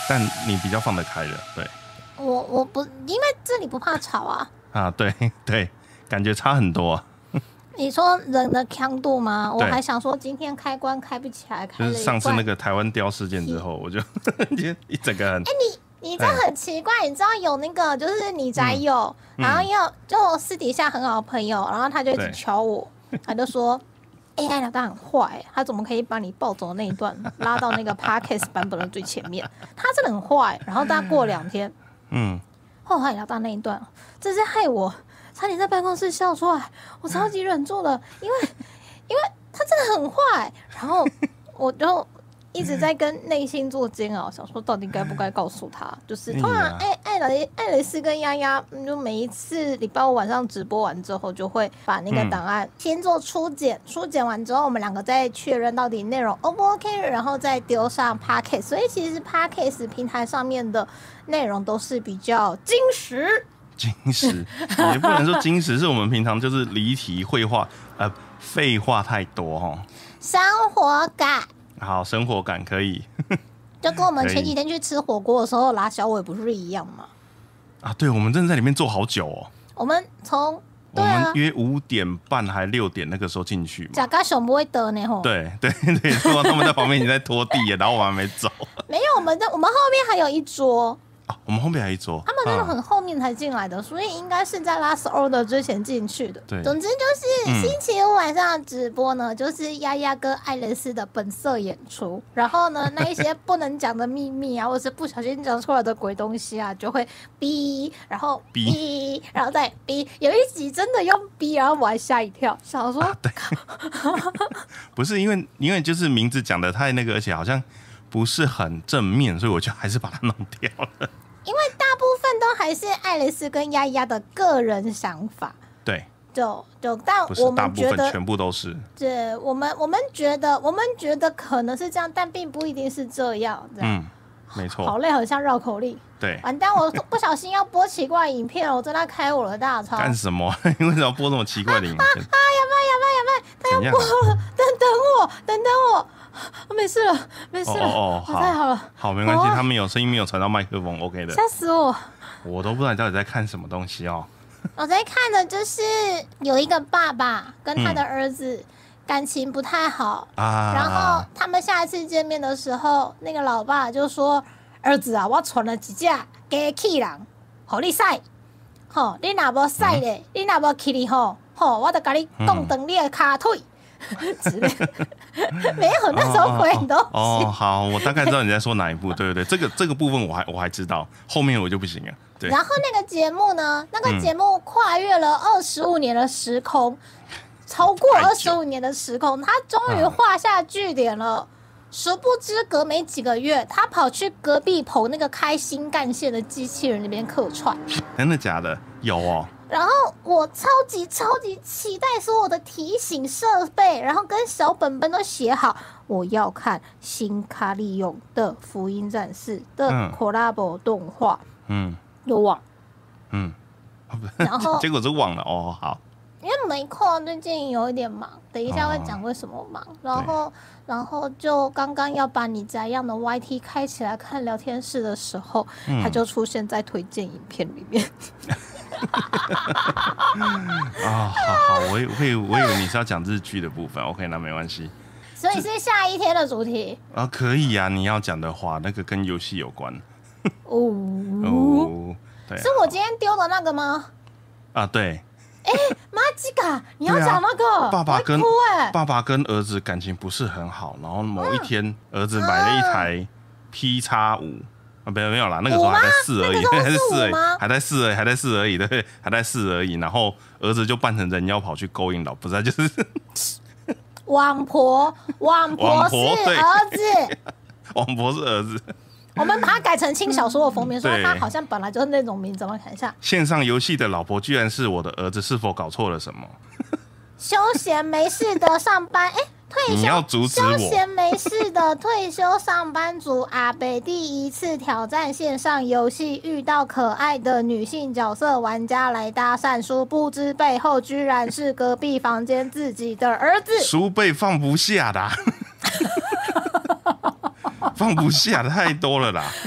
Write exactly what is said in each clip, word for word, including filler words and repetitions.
但你比较放得开了，对。 我我不因为这里不怕吵啊。 啊，对对，感觉差很多、啊。 你说人的强度吗？我还想说今天开关开不起来，开了一就是上次那个台湾雕事件之后，我就一整个很。 哎、欸，你你这很奇怪，你知道有那个就是你宅友，嗯、然后要就私底下很好的朋友，然后他就一直敲我，他就说。A I 老大很坏，他怎么可以把你暴走的那一段拉到那个 Podcast 版本的最前面？他真的很坏。然后大概过两天，嗯，后来老大那一段，这是害我差点在办公室笑出来，我超级忍住了，因为因为他真的很坏。然后我就一直在跟内心做煎熬，想说到底该不该告诉他？就是通常艾艾蕾艾蕾丝跟丫丫，就每一次礼拜五晚上直播完之后，就会把那个档案先做初剪，初剪完之后，我们两个再确认到底内容 O 不 OK， 然后再丢上 Podcast。所以其实 Podcast 平台上面的内容都是比较精实。 精实也不能说精实，是我们平常就是离题、绘画、呃，废话太多哈。 生活感。 好，生活感可以， 就跟我们前几天去吃火锅的时候拉小尾不是一样吗？ 啊，对，我们真的在里面坐好久哦。 我们从、啊、 我们约五点半还六点那个时候进去嘛。 假咖熊不会得呢吼。 对对对，他们在旁边已经在拖地了，然后我们还没走。 没有，我们在我们后面还有一桌。 哦、我们后面还有一桌， 他们真的很后面才进来的，啊、所以应该是在 last order 之前进去的。 对， 总之就是星期五晚上的直播呢，嗯、就是丫丫跟艾蕾丝的本色演出。然后呢，那一些不能讲的秘密啊，或者是不小心讲出来的鬼东西啊，就会逼，然后逼，然后再逼。有一集真的用逼，然后我还吓一跳，想说，啊、 对不是因为因为就是名字讲的太那个，而且好像不是很正面，所以我就还是把它弄掉了。 因为大部分都还是艾蕾丝跟丫丫的个人想法， 对， 就就但不是我们觉得全部都是， 对，我们我们觉得我们觉得可能是这样，但并不一定是这样。这样嗯， 没错， 好累，很像绕口令。 对， 完蛋，我不小心要播奇怪影片了，我正在开我的大钞。 干什么？你为什么要播这么奇怪的影片？啊啊！ 呀妈呀妈呀妈！他要播了，等等我，等等我。没事了，没事了，哦，哦太好了， 好，没关系，他们有声音没有传到麦克风 ，OK 的。 吓死我！ 我都不知道你到底在看什么东西哦。 我在看的就是有一个爸爸跟他的儿子感情不太好，嗯、然后他们下一次见面的时候，那个老爸就说：“儿子啊，我传了几架给气人，好你晒，吼，你若无晒咧，你若无气你吼，吼，我就甲你冻断你的卡腿。”之类没有那种鬼东西。 哦，哦好，我大概知道你在说哪一部，对对对，这个这个部分我还我还知道，后面我就不行了。对。 然后那个节目呢，那个节目跨越了二十五年的时空，嗯、超过二十五年的时空，他终于画下句点了。殊不知，隔没几个月，他跑去隔壁棚那个开新干线的机器人那边客串。 真的假的？有哦。 然后我超级超级期待所有的提醒设备，然后跟小本本都写好，我要看新卡利用的福音战士的 collab 动画。嗯，有忘。嗯，然后结果是忘了哦。好， 因为没空，最近有一点忙，等一下会讲为什么忙。哦、然后，然后就刚刚要把你这样的 Y T 开起来看聊天室的时候，嗯、它就出现在推荐影片里面。 啊、哦，好好，我以为我以为你是要讲日剧的部分 ，OK， 那没关系。 所以是下一天的主题啊，可以啊，你要讲的话，那个跟游戏有关。 哦哦，对，是我今天丢的那个吗？ 啊，对。 哎、欸，马吉卡，你要讲那个、 啊、爸爸跟、 欸、 爸爸跟儿子感情不是很好，然后某一天、嗯、儿子买了一台 P X 五。没有没有啦，那个时候还在试而已， 那個、 还是试而已，还在试而已，还在试而已，对，还在试而已。然后儿子就扮成人妖跑去勾引老婆，不是，就是王婆，王婆是儿子， 王婆是儿子。 我们把它改成轻小说的封面，说他好像本来就是那种名字。我们看一下， 线上游戏的老婆居然是我的儿子，是否搞错了什么？ 休闲没事的上班，哎、欸。退休你要阻止我休闲没事的退休上班族阿北第一次挑战线上游戏，遇到可爱的女性角色玩家来搭讪，殊不知背后居然是隔壁房间自己的儿子。 书背放不下的、啊，放不下的太多了啦。 啊，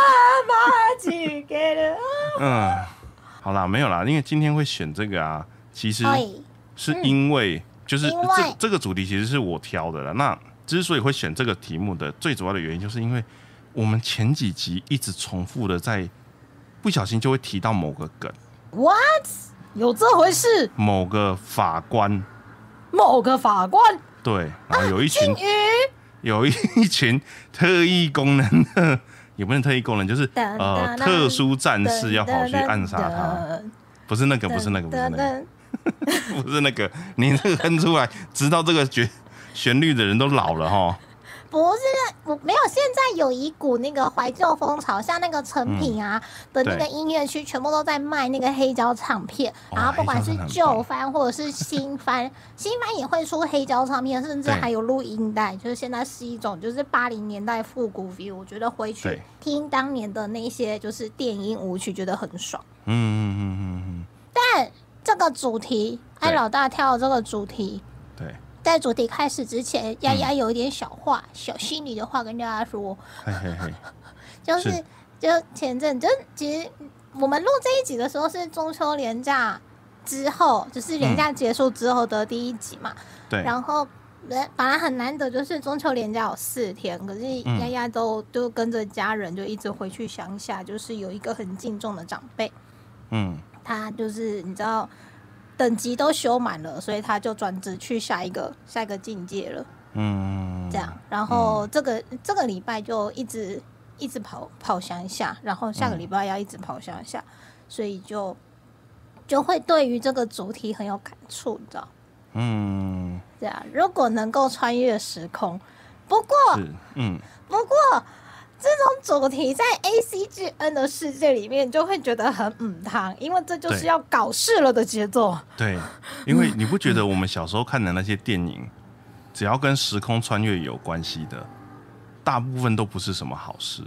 嗯，好啦，没有啦，因为今天会选这个啊，其实是因为、嗯、就是这这个主题其实是我挑的了。那之所以会选这个题目的最主要的原因，就是因为我们前几集一直重复的在不小心就会提到某个梗。 What？ 有这回事？ 某个法官， 某个法官， 对，然后有一群， 啊、 有一群特异功能的，也不能特异功能，就是呃特殊战士要跑去暗杀他，不是那个，不是那个，不是那个，不是那个，你这个哼出来，知道这个旋旋律的人都老了哈。 不是，我没有。现在有一股那个怀旧风潮，像那个成品啊、嗯、的那个音乐区，全部都在卖那个黑胶唱片。哦、然后不管是旧翻或者是新翻，新翻也会出黑胶唱片，甚至还有录音带。就是现在是一种就是八零年代复古 feel。我觉得回去听当年的那些就是电音舞曲，觉得很爽。嗯嗯嗯嗯嗯。但这个主题，艾老大跳的这个主题， 对。 在主题开始之前，丫丫有一点小话、嗯、小心里的话跟大家说， 嘿嘿嘿就是是就前阵就其实我们录这一集的时候是中秋连假之后，就是连假结束之后的第一集嘛。对、嗯。然后本来很难得，就是中秋连假有四天，可是丫丫都都跟着家人就一直回去乡下，就是有一个很敬重的长辈，嗯，他就是你知道。等级都修满了，所以他就转职去下一个下一个境界了。嗯，这样，然后这个、嗯、这个礼拜就一直一直跑跑乡下，然后下个礼拜要一直跑乡下，嗯、所以就就会对于这个主题很有感触，你知道？嗯，这样，如果能够穿越时空，不过，嗯，不过。这种主题在 A C G N 的世界里面就会觉得很母汤，因为这就是要搞事了的节奏。 对，因为你不觉得我们小时候看的那些电影，只要跟时空穿越有关系的，大部分都不是什么好事。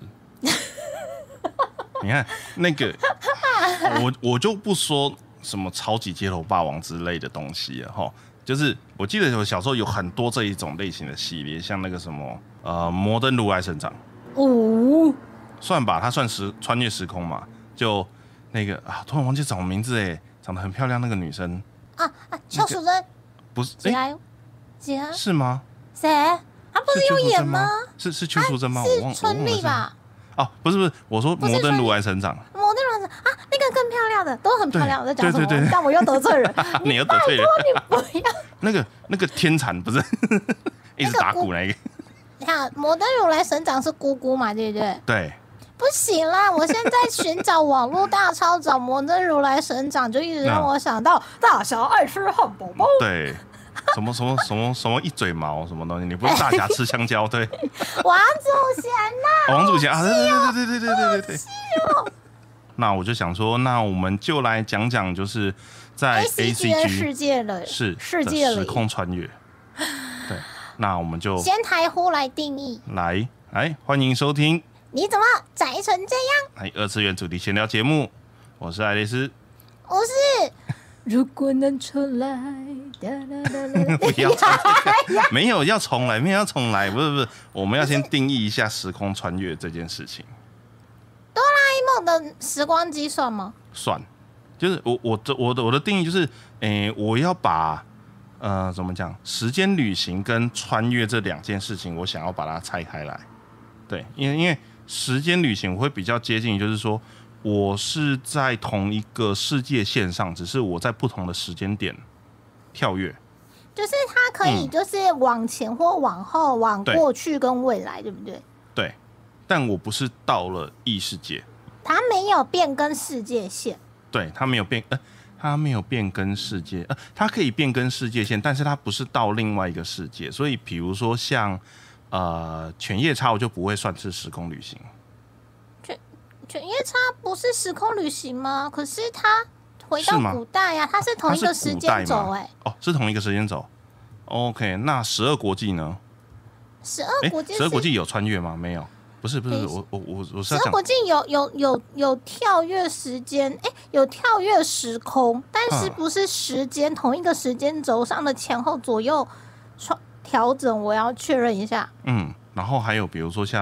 你看那个，我我就不说什么超级街头霸王之类的东西了哈。就是我记得我小时候有很多这一种类型的系列，像那个什么呃摩登如来神掌。哦，算吧，它算时穿越时空嘛，就那个啊，突然忘记什么名字哎，长得很漂亮那个女生啊啊，邱淑贞不是？ 哎，姐啊， 是吗？ 谁？她不是有演吗？ 是是邱淑贞吗？我忘了。 是春丽吧？ 哦，不是不是，我说摩登如来神掌。 摩登如来神掌啊，那个更漂亮的，都很漂亮。我在讲什么？对对对，但我又得罪人。 你又得罪人， 你不要。 那个那个天蚕不是一直打鼓那个。 你看，摩登如来神掌是姑姑嘛，对不对？ 对。 不行啦！我现在寻找网络大超找摩登如来神掌，就一直让我想到大侠爱吃汉堡包。 对，什么什么什么什么一嘴毛什么东西？你不是大侠吃香蕉？对。 王祖贤呐、 啊！王祖贤啊！对对对对对对对对对。那我就想说，那我们就来讲讲，就是在 A C G 世界了， 是世界时空穿越。对。那我们就先台呼来定义， 来来欢迎收听。 你怎么宅成这样？ 来二次元主题闲聊节目，我是爱丽丝， 我是。如果能重来， 不要重来，没有要重来，没有要重来，不是不是，我们要先定义一下时空穿越这件事情。 哆啦 A 梦的时光机算吗？ 算，就是我我的我的我的定义就是，诶、欸，我要把。呃，怎么讲？时间旅行跟穿越这两件事情，我想要把它拆开来。对，因为因为时间旅行我会比较接近，就是说我是在同一个世界线上，只是我在不同的时间点跳跃。 就是它可以就是往前或往后，嗯、往过去跟未来，对不对？ 对，但我不是到了异世界， 它没有变更世界线。 对，它没有变。呃它没有变更世界，呃，它可以变更世界线，但是它不是到另外一个世界。所以，比如说像呃犬夜叉，我就不会算是时空旅行。 犬犬夜叉不是时空旅行吗？可是它回到古代呀、啊，它是同一个时间轴，哎， 哦，是同一个时间轴。OK， 那十二国际呢？ 十二国际， 十二国际有穿越吗？没有。不是不是，我我我我是要讲， 十二国际有有有有跳跃时间，哎，有跳跃时空，但是不是时间、嗯、同一个时间轴上的前后左右调整，我要确认一下。 嗯，然后还有比如说像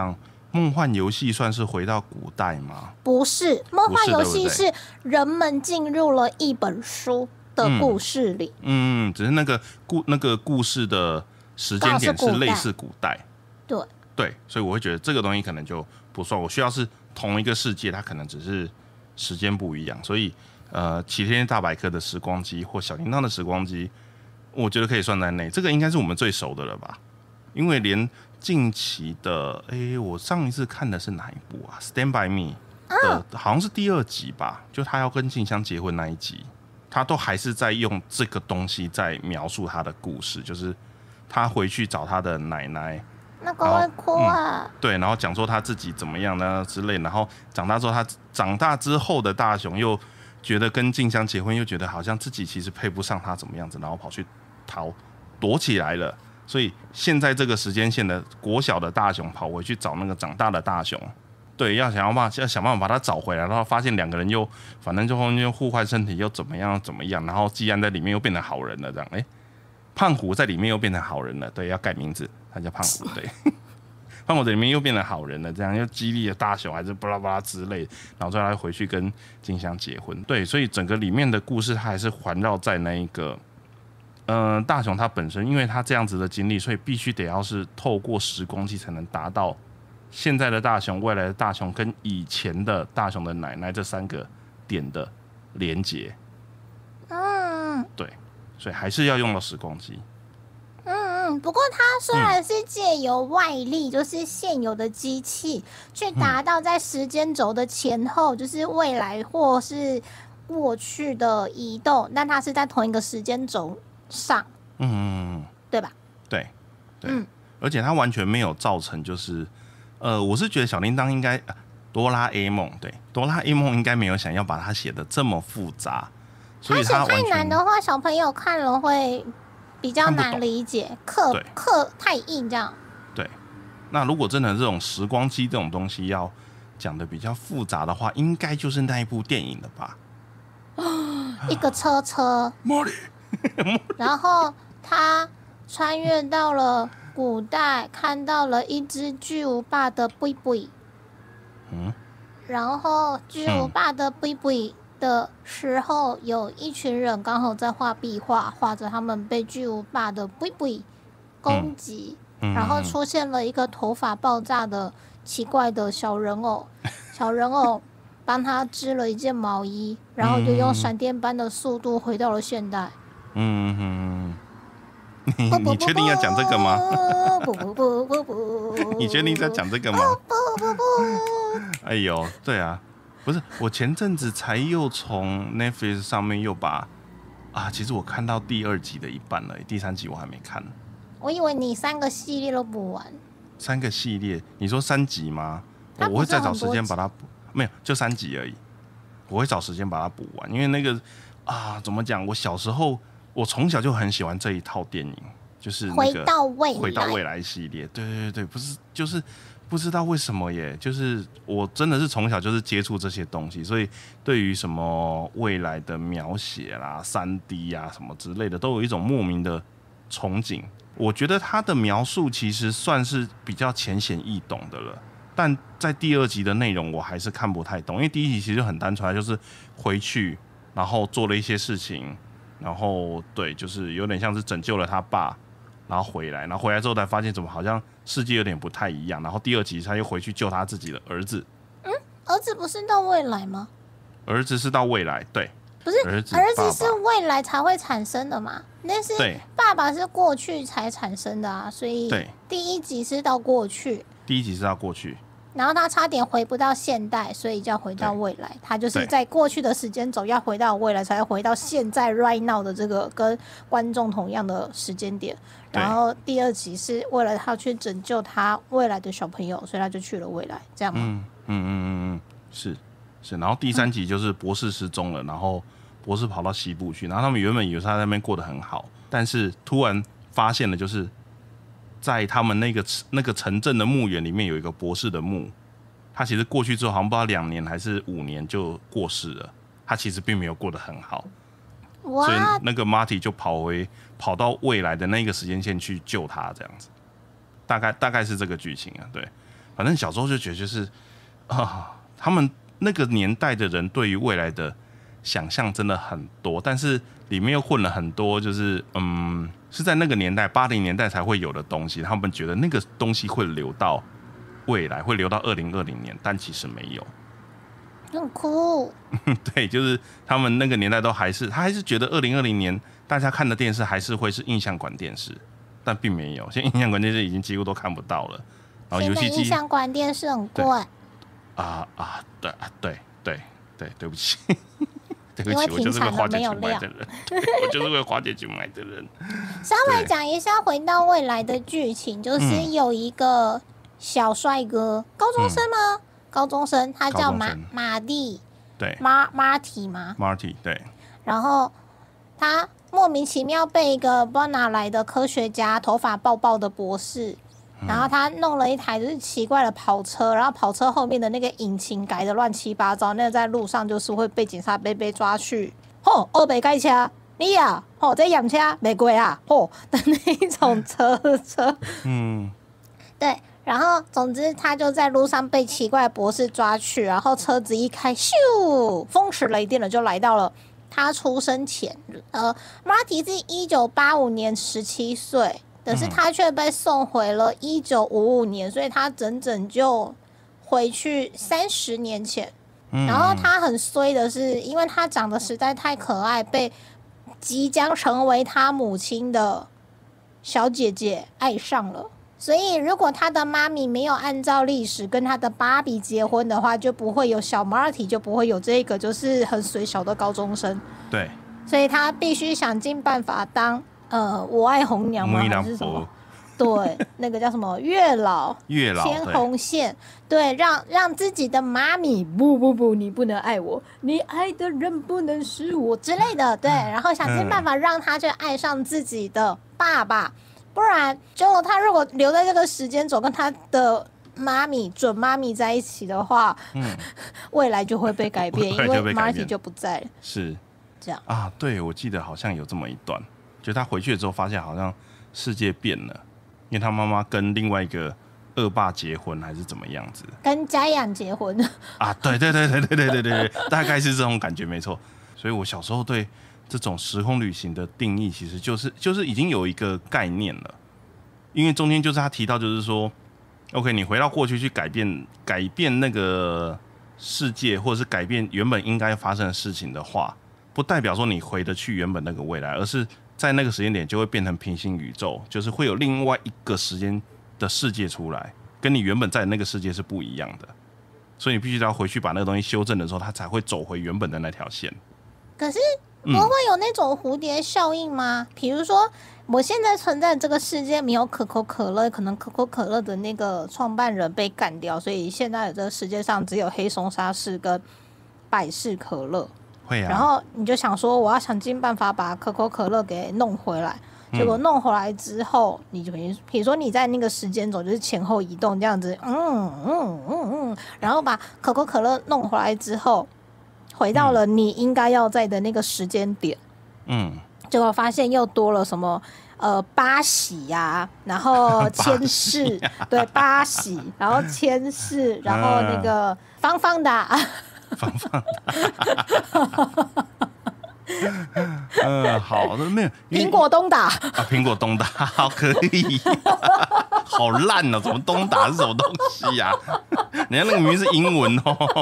梦幻游戏算是回到古代吗？ 不是，梦幻游戏是人们进入了一本书的故事里。 嗯，嗯只是那个故那个故事的时间点是类似古代。 对对，所以我会觉得这个东西可能就不算。我需要是同一个世界，它可能只是时间不一样。所以呃，齐天大百科的时光机或小叮当的时光机，我觉得可以算在内。这个应该是我们最熟的了吧？因为连近期的，哎、欸，我上一次看的是哪一部啊 ？Stand by Me 的，好像是第二集吧，就他要跟静香结婚那一集，他都还是在用这个东西在描述他的故事，就是他回去找他的奶奶， 那个会哭啊、嗯， 对，然后讲说他自己怎么样呢之类，然后长大之后，他长大之后的大雄又觉得跟静香结婚，又觉得好像自己其实配不上他怎么样子，然后跑去逃，躲起来了。所以现在这个时间线的国小的大雄跑回去找那个长大的大雄，对，要想要办法要想办法把他找回来，然后发现两个人又反正就后面又互换身体又怎么样怎么样，然后季安在里面又变成好人了，这样，哎、欸，胖虎在里面又变成好人了，对，要改名字，他叫胖虎，对，胖虎在里面又变成好人了，这样又激励了大雄还是巴拉巴拉之类的，然后最后他回去跟静香结婚，对，所以整个里面的故事他还是环绕在那一个。嗯、呃，大雄他本身，因为他这样子的经历，所以必须得要是透过时光机才能达到现在的大雄、未来的大雄跟以前的大雄的奶奶这三个点的连结。 嗯， 对，所以还是要用到时光机。 嗯嗯，不过它虽然是借由外力，嗯、就是现有的机器，去达到在时间轴的前后，就是未来或是过去的移动，但它是在同一个时间轴。上， 嗯， 对吧？ 对，对， 嗯， 而且它完全没有造成，就是，呃，我是觉得小叮当应该，哆啦 A 梦，对，哆啦 A 梦应该没有想要把它写的这么复杂，所以它太难的话，小朋友看了会比较难理解，课课太硬这样。 对，那如果真的这种时光机这种东西要讲的比较复杂的话，应该就是那一部电影了吧？ 一个车车。然后他穿越到了古代，看到了一只巨无霸的贝贝。 嗯。 然后巨无霸的贝贝的时候，有一群人刚好在画壁画，画着他们被巨无霸的贝贝攻击， 嗯嗯、 然后出现了一个头发爆炸的奇怪的小人偶，小人偶帮他织了一件毛衣，然后就用闪电般的速度回到了现代。 嗯嗯，你你确定要讲这个吗？ 不不不不不， 你确定在讲这个吗？ 不不不， 哎呦，对啊，不是，我前阵子才又从 Netflix 上面又把啊，其实我看到第二集的一半了，第三集我还没看。 我以为你三个系列都补完。 三个系列，你说三集吗？我会再找时间把它补，没有，就三集而已。我会找时间把它补完，因为那个啊，怎么讲？我小时候。我从小就很喜欢这一套电影，就是那个回到未来， 回到未来系列。对对对，不是，就是不知道为什么耶，就是我真的是从小就是接触这些东西，所以对于什么未来的描写啦、三 D 啊什么之类的，都有一种莫名的憧憬。我觉得他的描述其实算是比较浅显易懂的了，但在第二集的内容我还是看不太懂，因为第一集其实就很单纯，就是回去然后做了一些事情。然后对，就是有点像是拯救了他爸，然后回来，然后回来之后才发现怎么好像世界有点不太一样。然后第二集他又回去救他自己的儿子。 嗯，儿子不是到未来吗？ 儿子是到未来，对， 不是儿子，儿子是未来才会产生的嘛？那是爸爸是过去才产生的啊，所以第一集是到过去， 第一集是到过去。 然后他差点回不到现代，所以就要回到未来。他就是在过去的时间轴要回到未来，才会回到现在 right now 的这个跟观众同样的时间点。然后第二集是为了他去拯救他未来的小朋友，所以他就去了未来，这样吗？ 嗯嗯嗯嗯嗯，是是。然后第三集就是博士失踪了，然后博士跑到西部去，然后他们原本以为他在那边过得很好，但是突然发现了就是。在他们那个那个城镇的墓园里面有一个博士的墓，他其实过去之后好像不知道两年还是五年就过世了，他其实并没有过得很好，所以那个 Marty 就跑回跑到未来的那个时间线去救他，这样子，大概大概是这个剧情啊，对。然反正小时候就觉得就是啊，他们那个年代的人对于未来的想象真的很多，但是里面又混了很多，就是嗯，是在那个年代八零年代才会有的东西，他们觉得那个东西会留到未来，会留到二零二零年，但其实没有。 很酷。 对，就是他们那个年代都还是，他还是觉得二零二零年大家看的电视还是会是印象馆电视，但并没有，现在印象馆电视已经几乎都看不到了。然后游戏机， 印象馆电视很贵。 啊啊，对对对对，对不起。对不起，我就是会花钱去买的人，我就是会花钱去买的人。 稍微讲一下回到未来的剧情，就是有一个小帅哥，嗯、高中生吗？嗯、高中生，他叫马马蒂， 对， 马 Marty 吗 ？Marty 对。 然后他莫名其妙被一个不知道哪来的科学家，头发爆爆的博士。然后他弄了一台就是奇怪的跑车，然后跑车后面的那个引擎改的乱七八糟，那个在路上就是会被警察被被抓去，吼，二北盖车，你呀，吼，在养车，没鬼啊，吼的那一种车车，嗯，对，然后总之他就在路上被奇怪的博士抓去，然后车子一开，咻，风驰雷电的就来到了他出生前，呃，马蒂是一九八五年十七岁。可是他却被送回了一九五五年，所以他整整就回去三十年前。嗯、然后他很衰的是，因为他长得实在太可爱，被即将成为他母亲的小姐姐爱上了。所以如果他的妈咪没有按照历史跟他的芭比结婚的话，就不会有小 Marty， 就不会有这个就是很水小的高中生。 对， 所以他必须想尽办法当。呃，我爱红娘吗？还是什么？对，那个叫什么月老？ 月老牵红线，对，让让自己的妈咪不不不，你不能爱我，你爱的人不能是我之类的，对，然后想尽办法让他去爱上自己的爸爸，不然就他如果留在这个时间轴跟他的妈咪准妈咪在一起的话，嗯，未来就会被改变，因为 Marty 就不在了， 是这样啊，对，我记得好像有这么一段。就他回去之后，发现好像世界变了，因为他妈妈跟另外一个恶霸结婚，还是怎么样子？ 跟家养结婚啊？对对对对对对对对，大概是这种感觉，没错。所以我小时候对这种时空旅行的定义，其实就是就是已经有一个概念了，因为中间就是他提到，就是说 ，OK， 你回到过去去改变改变那个世界，或者是改变原本应该发生的事情的话，不代表说你回得去原本那个未来，而是在那个时间点就会变成平行宇宙，就是会有另外一个时间的世界出来，跟你原本在的那个世界是不一样的，所以你必须要回去把那个东西修正的时候，它才会走回原本的那条线。 可是不会有那种蝴蝶效应吗？比如说，我现在存在的这个世界没有可口可乐，可能可口可乐的那个创办人被干掉，所以现在的这个世界上只有黑松沙士跟百事可乐。 会啊， 然后你就想说，我要想尽办法把可口可乐给弄回来。结果弄回来之后，你就比如说你在那个时间轴就是前后移动这样子，嗯嗯嗯嗯，然后把可口可乐弄回来之后，回到了你应该要在的那个时间点，嗯，结果发现又多了什么呃八喜呀、啊，然后千世，啊、对八喜，然后千世，然后那个方方的、啊。 方方的，嗯，好的，没有苹果东打啊，苹果东打，好可以，好烂哦，怎么东打是什么东西呀、啊？人家那个名字是英文哦，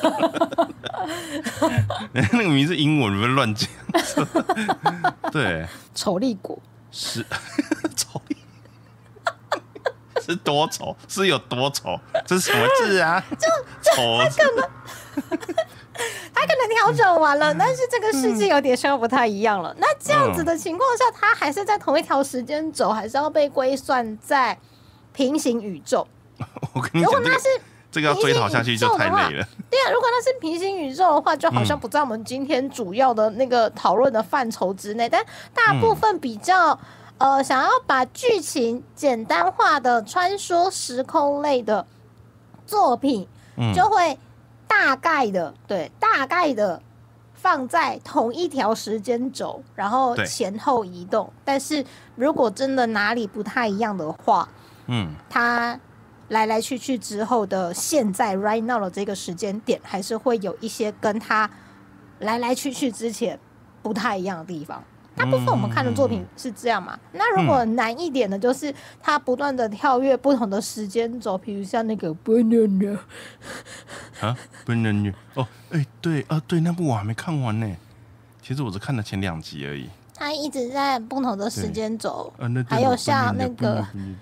人家那个名字是英文，不要乱讲。对， 丑丽果是丑丽。是多丑，是有多丑？这是什么字啊？ 就丑，他可能他可能调整完了，但是这个世界有点像不太一样了。嗯、那这样子的情况下，他还是在同一条时间轴，还是要被归算在平行宇宙？ 我跟你讲，如果那是这个要追讨下去就太累了。 对啊，如果那是平行宇宙的话，就好像不在我们今天主要的那个讨论的范畴之内。但大部分比较。嗯呃，想要把剧情简单化的穿梭时空类的作品，嗯、就会大概的对大概的放在同一条时间轴，然后前后移动。但是如果真的哪里不太一样的话，嗯，它来来去去之后的现在 right now 的这个时间点，还是会有一些跟他来来去去之前不太一样的地方。大部分我们看的作品是这样嘛？嗯、那如果难一点的，就是他不断的跳跃不同的时间轴，比如像那个 banana 啊 banana 哦，哎、欸、对啊对，那部我还没看完呢。其实我只看了前两集而已。 他一直在不同的时间轴， 啊、 还有像那个，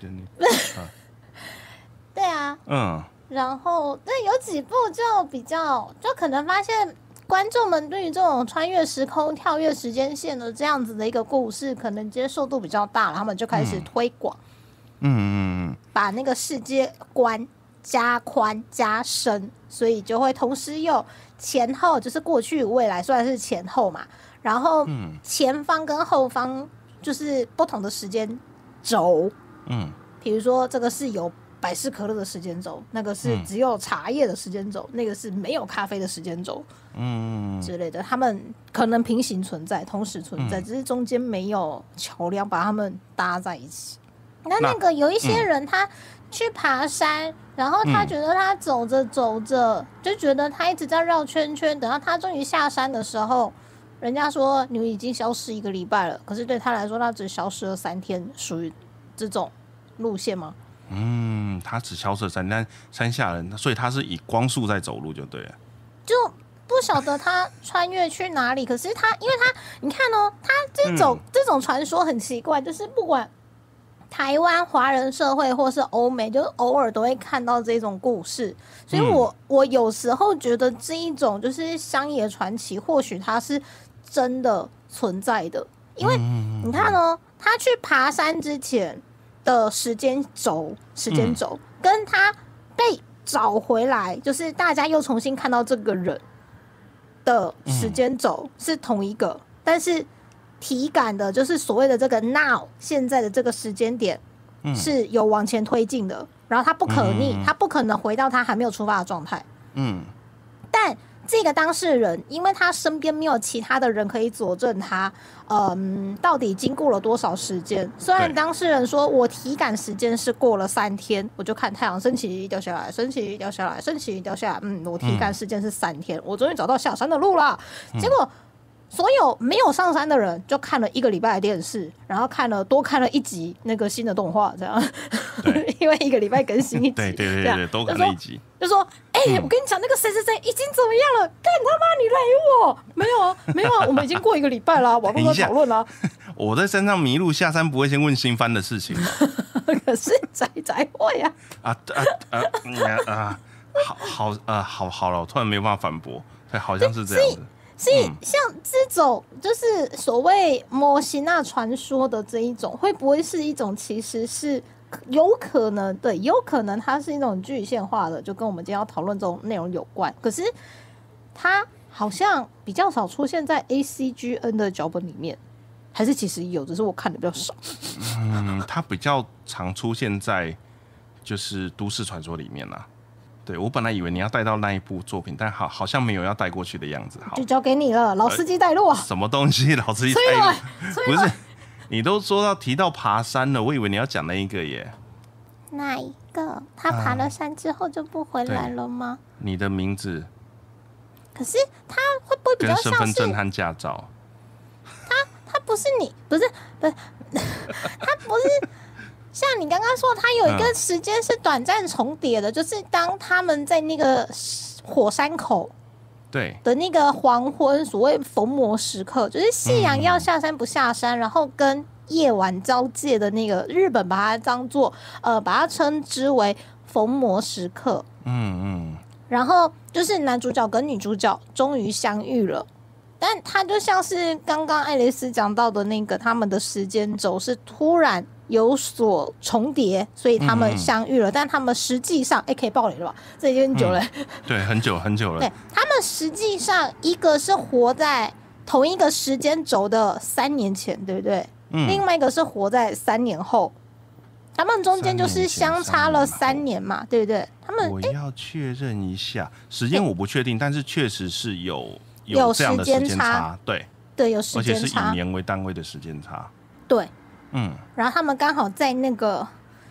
对啊，嗯，然后对有几部就比较，就可能发现。观众们对于这种穿越时空、跳跃时间线的这样子的一个故事，可能接受度比较大了，他们就开始推广，嗯嗯嗯，把那个世界观加宽加深，所以就会同时有前后，就是过去未来，虽然是前后嘛，然后前方跟后方就是不同的时间轴，嗯，比如说这个是有百事可乐的时间轴，那个是只有茶叶的时间轴，那个是没有咖啡的时间轴，嗯之类的，他们可能平行存在，同时存在，嗯、只是中间没有桥梁把他们搭在一起。那那个有一些人他去爬山，嗯、然后他觉得他走着走着、嗯、就觉得他一直在绕圈圈，等到他终于下山的时候，人家说你已经消失一个礼拜了，可是对他来说他只消失了三天，属于这种路线吗？ 嗯，他只消失了山，但山下人，所以他是以光速在走路就对了。 就不晓得他穿越去哪里，可是他，因为他，你看哦，他这种、嗯、这种传说很奇怪，就是不管台湾华人社会或是欧美，就偶尔都会看到这种故事，所以我、嗯、我有时候觉得这一种就是乡野传奇，或许它是真的存在的，因为你看哦，他去爬山之前的时间轴，时间轴、嗯、跟他被找回来，就是大家又重新看到这个人的时间轴是同一个、嗯，但是体感的，就是所谓的这个 now 现在的这个时间点是有往前推进的，然后他不可逆，他、嗯、不可能回到他还没有出发的状态。嗯，但这个当事人，因为他身边没有其他的人可以佐证他，嗯，到底经过了多少时间。虽然当事人说我体感时间是过了三天，我就看太阳升起掉下来，升起掉下来，升起掉下来，嗯，我体感时间是三天、嗯，我终于找到下山的路了。嗯、结果所有没有上山的人就看了一个礼拜的电视，然后看了多看了一集那个新的动画，这样，因为一个礼拜更新一集， 对对对 对, 对，都看了一集， 就说，哎、欸嗯，我跟你讲，那个谁谁谁已经怎么样了？干他妈，你雷我！没有啊，没有啊，我们已经过一个礼拜啦，网络在讨论啦。 我在山上迷路，下山不会先问新番的事情吗？ 可是仔仔会啊！ 啊啊啊啊！好好啊，好好了，我突然没有办法反驳，对，好像是这样子。 所以像这种就是所谓摩西纳传说的这一种，会不会是一种其实是有可能，对，有可能它是一种具象化的，就跟我们今天要讨论这种内容有关。可是它好像比较少出现在 A C G N 的脚本里面，还是其实有，只是我看的比较少。 嗯，它比较常出现在就是都市传说里面啦。对，我本来以为你要带到那一部作品，但好好像没有要带过去的样子。好， 就交给你了，老司机带路啊！ 什么东西，老司机带路？不是，你都说到提到爬山了，我以为你要讲那一个耶。 哪一个？他爬了山之后就不回来了吗？ 啊、你的名字。 可是他会不会比较像是跟身份证和驾照？ 他他不是你，不是不是，他不是。像你刚刚说，它有一个时间是短暂重叠的、嗯，就是当他们在那个火山口对的那个黄昏，所谓逢魔时刻，就是夕阳要下山不下山、嗯，然后跟夜晚交界的那个，日本把它当做呃，把它称之为逢魔时刻。嗯嗯。然后就是男主角跟女主角终于相遇了，但它就像是刚刚爱丽丝讲到的那个，他们的时间轴是突然有所重叠，所以他们相遇了、嗯、但他们实际上哎、欸，可以爆雷了吧？这已经很久了、嗯、 对，很久很久了。 对，他们实际上一个是活在同一个时间轴的三年前，对不对、嗯、另外一个是活在三年后，他们中间就是相差了三年嘛，对不对？他们我要确认一下时间，我不确定，但是确实是有有这样的时间差，对对，有时间差， 而且是以年为单位的时间差， 对。嗯，然后他们刚好在那个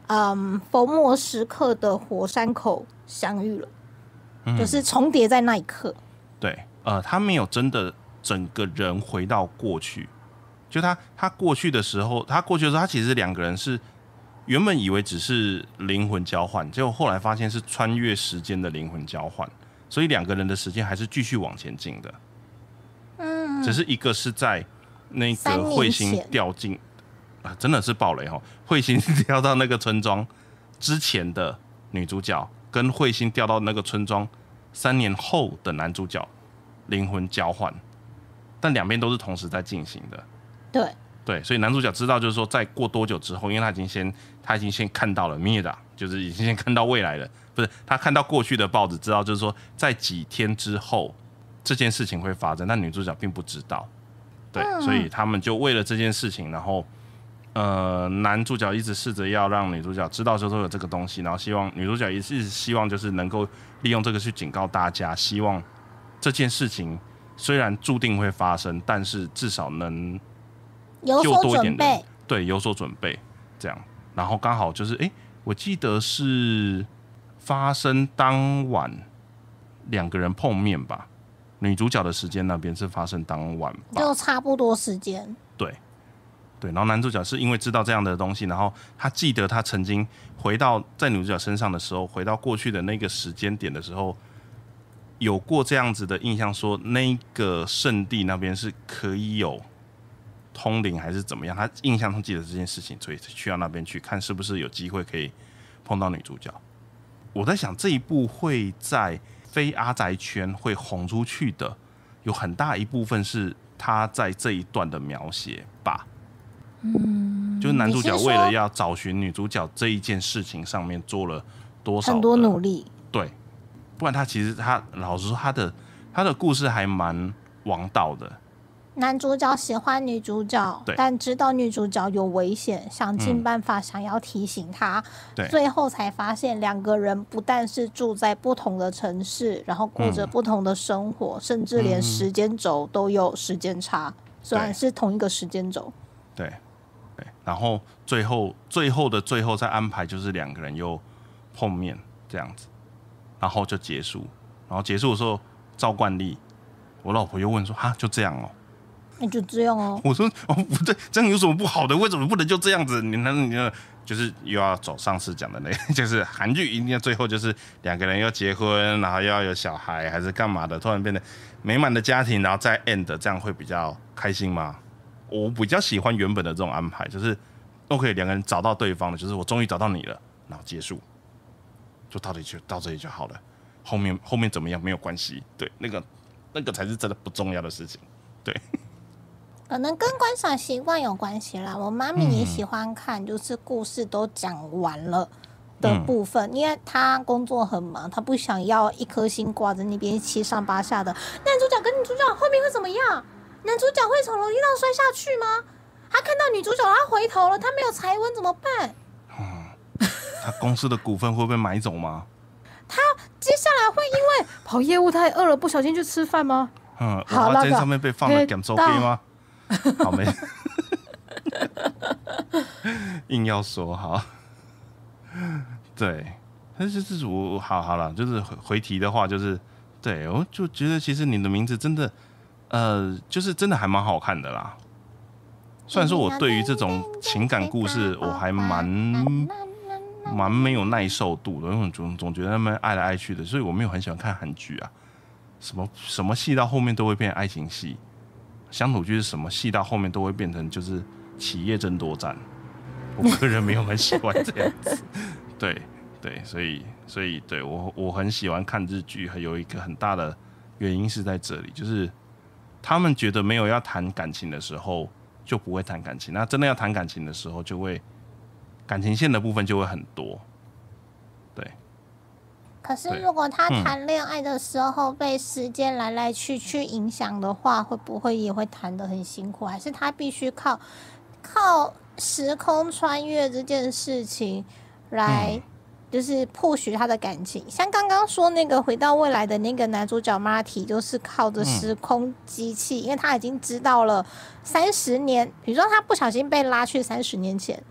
嗯佛魔时刻的火山口相遇了， 嗯、 就是重叠在那一刻。 对，呃，他没有真的整个人回到过去，就他他过去的时候，他过去的时候，他其实两个人是原本以为只是灵魂交换，结果后来发现是穿越时间的灵魂交换，所以两个人的时间还是继续往前进的。嗯，只是一个是在那个彗星掉进啊，真的是爆雷哈！彗星掉到那个村庄之前的女主角，跟彗星掉到那个村庄三年后的男主角灵魂交换，但两边都是同时在进行的。 对对，所以男主角知道，就是说再过多久之后，因为他已经先他已经先看到了米达，就是已经先看到未来了，不是他看到过去的报纸，知道就是说在几天之后这件事情会发生，但女主角并不知道。对，嗯、所以他们就为了这件事情，然后呃，男主角一直试着要让女主角知道就是有这个东西，然后希望女主角一直希望就是能够利用这个去警告大家，希望这件事情虽然注定会发生，但是至少能有所准备， 对，有所准备这样。然后刚好就是，哎、欸，我记得是发生当晚两个人碰面吧。女主角的时间那边是发生当晚吧， 就差不多时间。 对，对。然后男主角是因为知道这样的东西，然后他记得他曾经回到在女主角身上的时候，回到过去的那个时间点的时候，有过这样子的印象，说那个圣地那边是可以有通灵还是怎么样，他印象中记得这件事情，所以去到那边去看是不是有机会可以碰到女主角。我在想这一部会在非阿宅圈会红出去的，有很大一部分是他在这一段的描写吧。嗯，就是男主角为了要找寻女主角这一件事情上面做了多少很多努力。 对，不然他其实他老实说，他的他的故事还蛮王道的。 男主角喜欢女主角，但知道女主角有危险，想尽办法想要提醒她、嗯、最后才发现两个人不但是住在不同的城市，然后过着不同的生活、嗯、甚至连时间轴都有时间差、嗯、虽然是同一个时间轴。 对对，然后最后最后的最后再安排就是两个人又碰面这样子，然后就结束。然后结束的时候照惯例我老婆又问说哈就这样哦， 那就这样哦。 我说哦不对，这样有什么不好的？为什么不能就这样子？你那你就是又要走上次讲的那个，就是韩剧一定要最后就是两个人要结婚，然后又要有小孩，还是干嘛的？突然变得美满的家庭，然后再 end， 这样会比较开心吗？我比较喜欢原本的这种安排，就是都可以两个人找到对方了，就是我终于找到你了，然后结束，就到底就到这里就好了。后面后面怎么样没有关系，对，那个那个才是真的不重要的事情，对。 可能跟观赏习惯有关系啦。我妈咪也喜欢看，就是故事都讲完了的部分，嗯、因为她工作很忙，她不想要一颗心挂在那边七上八下的。男主角跟女主角后面会怎么样？男主角会从楼梯上摔下去吗？他看到女主角，他回头了，他没有财温怎么办？ 嗯，他公司的股份会被买走吗？ 他接下来会因为跑业务太饿了，不小心去吃饭吗？ 嗯，好，那在上面被放了减收费吗？好没，硬要说好，对，但是就是我好好了，就是回题的话，就是对我就觉得其实你的名字真的，呃，就是真的还蛮好看的啦。虽然说我对于这种情感故事我还蛮蛮没有耐受度的，因为我总总觉得他们爱来爱去的，所以我没有很喜欢看韩剧啊，什么什么戏到后面都会变爱情戏。乡土剧是什么戏到后面都会变成就是企业争夺战，我个人没有很喜欢这样子，对对，所以所以对我我很喜欢看日剧，还有一个很大的原因是在这里，就是他们觉得没有要谈感情的时候就不会谈感情，那真的要谈感情的时候就会感情线的部分就会很多，对。 可是如果他谈恋爱的时候被时间来来去去影响的话，嗯、会不会也会谈得很辛苦？还是他必须靠靠时空穿越这件事情来，就是 push 他的感情？嗯、像刚刚说那个回到未来的那个男主角 Marty， 就是靠着时空机器，嗯、因为他已经知道了三十年，比如说他不小心被拉去三十年前。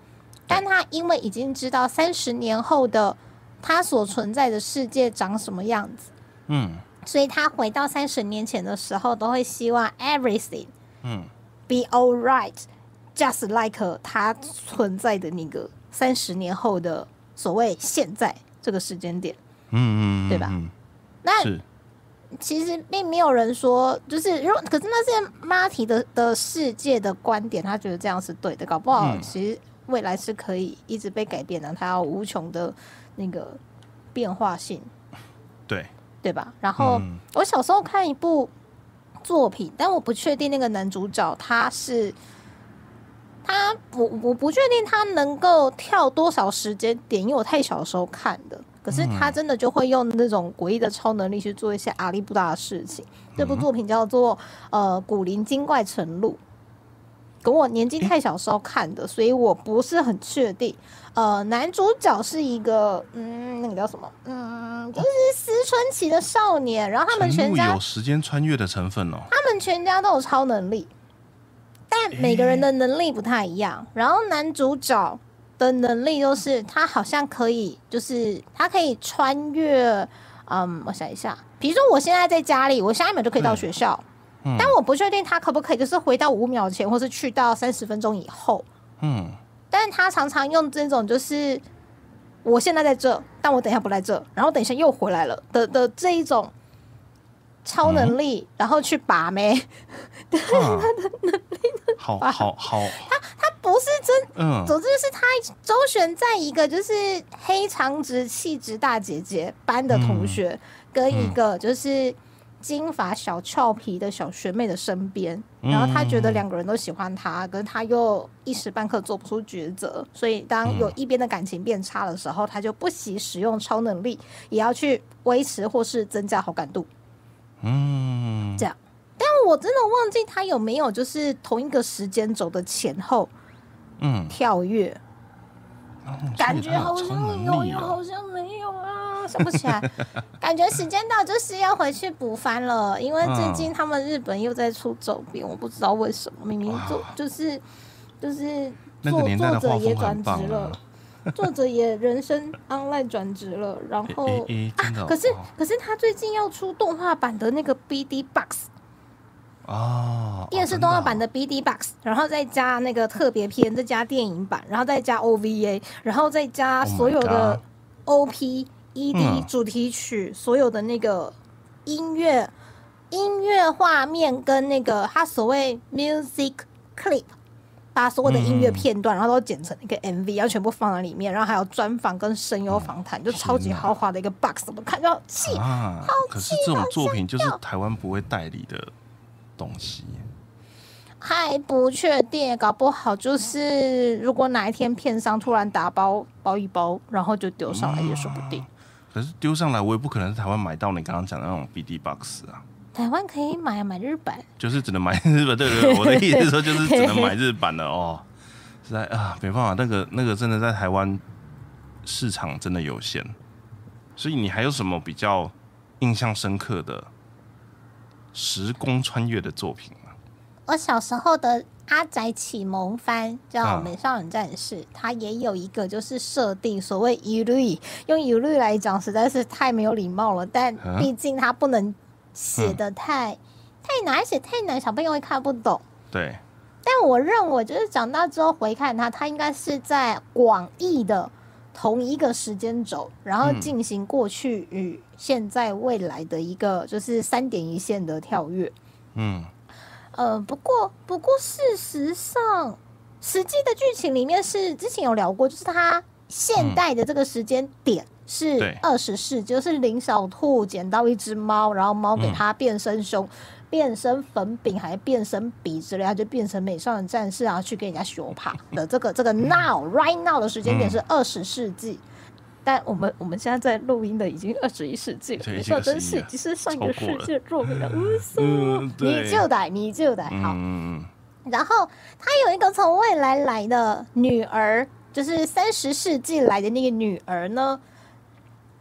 但他因为已经知道三十年后的他所存在的世界长什么样子， 嗯， 所以他回到三十年前的时候，都会希望 everything 嗯 be alright， just like 他存在的那个三十年后的所谓现在这个时间点， 嗯嗯， 对吧？ 嗯那是其实并没有人说，就是如果可是那是 Marty 的的世界的观点，他觉得这样是对的，搞不好其实未来是可以一直被改变的，它有无穷的那个变化性， 对对吧？然后、 嗯、 我小时候看一部作品，但我不确定那个男主角他是他，我我不确定他能够跳多少时间点，因为我太小的时候看的。可是他真的就会用那种诡异的超能力去做一些阿里不达的事情。嗯、这部作品叫做《呃古灵精怪晨录》，跟我年纪太小时候看的，所以我不是很确定。呃，男主角是一个嗯，那个叫什么？嗯，就是思春期的少年，然后他们全家有时间穿越的成分哦。 他们全家都有超能力，但每个人的能力不太一样。然后男主角的能力就是他好像可以，就是他可以穿越。嗯，我想一下，比如说我现在在家里，我下一秒就可以到学校，嗯、但我不确定他可不可以，就是回到五秒前，或是去到三十分钟以后。嗯，但是他常常用这种，就是我现在在这，但我等一下不在这，然后等一下又回来了的的这一种超能力，嗯、然后去把妹，对、啊、他的能力的好好好， 他他不是真， 嗯， 总之就是他周旋在一个就是黑长直气质大姐姐班的同学，嗯、跟一个就是金发小俏皮的小学妹的身边，嗯、然后他觉得两个人都喜欢他，可是他又一时半刻做不出抉择，所以当有一边的感情变差的时候，他就不惜使用超能力，也要去维持或是增加好感度。嗯，这样，但我真的忘记他有没有就是同一个时间轴的前后，嗯，跳跃，嗯、感觉好像有，又好像没有啊，想不起来。感觉时间到就是要回去补番了，因为最近他们日本又在出周边，我不知道为什么，明明做就是就是作作者也转职了。作者也人生 online 转职了，然后、欸欸欸、啊，可是、哦、可是他最近要出动画版的那个 B D Box 啊，电视动画版的 B D Box，、哦、然后再加那个特别篇，再加电影版，然后再加 O V A， 然后再加所有的 O P、E D 主题曲，嗯、所有的那个音乐、音乐画面跟那个他所谓 music clip。把所有的音乐片段，然后都剪成一个 M V， 然后全部放在里面，然后还有专访跟声优访谈，就超级豪华的一个 box， 我们看就气， 啊！ 好可是这种作品就是台湾不会代理的东西， 还不确定，搞不好就是如果哪一天片商突然打包包一包，然后就丢上来也说不定。嗯、 可是丢上来，我也不可能在台湾买到你刚刚讲的那种 B D box 啊。 台湾可以买买日版， 就是只能买日本。对对对，我的意思是说就是只能买日版的哦。实在啊，没办法，那个那个真的在台湾市场真的有限。所以你还有什么比较印象深刻的时空穿越的作品吗？ 我小时候的阿宅启蒙番叫《美少女战士》，啊、它也有一个就是设定所谓ゆるい，用ゆるい来讲实在是太没有礼貌了，但毕竟它不能。写的太、嗯、太难，写太难，小朋友会看不懂。 对， 但我认为，就是长大之后回看它，它应该是在广义的同一个时间轴，然后进行过去与现在、未来的一个就是三点一线的跳跃。嗯，呃，不过不过事实上，实际的剧情里面是之前有聊过，就是它现代的这个时间点。嗯是二十世，就是林小兔捡到一只猫，然后猫给它变身胸、嗯、变身粉饼，还变身笔之类，它就变成美少女战士，然后去跟人家修爬的这个这个 now right now 的时间点是二十世纪、嗯，但我们我们现在在录音的已经二十一世纪了，美少女战士已经是上一个世纪的作品了，嗯，你就得你就得好、嗯，然后他有一个从未来来的女儿，就是三十世纪来的那个女儿呢。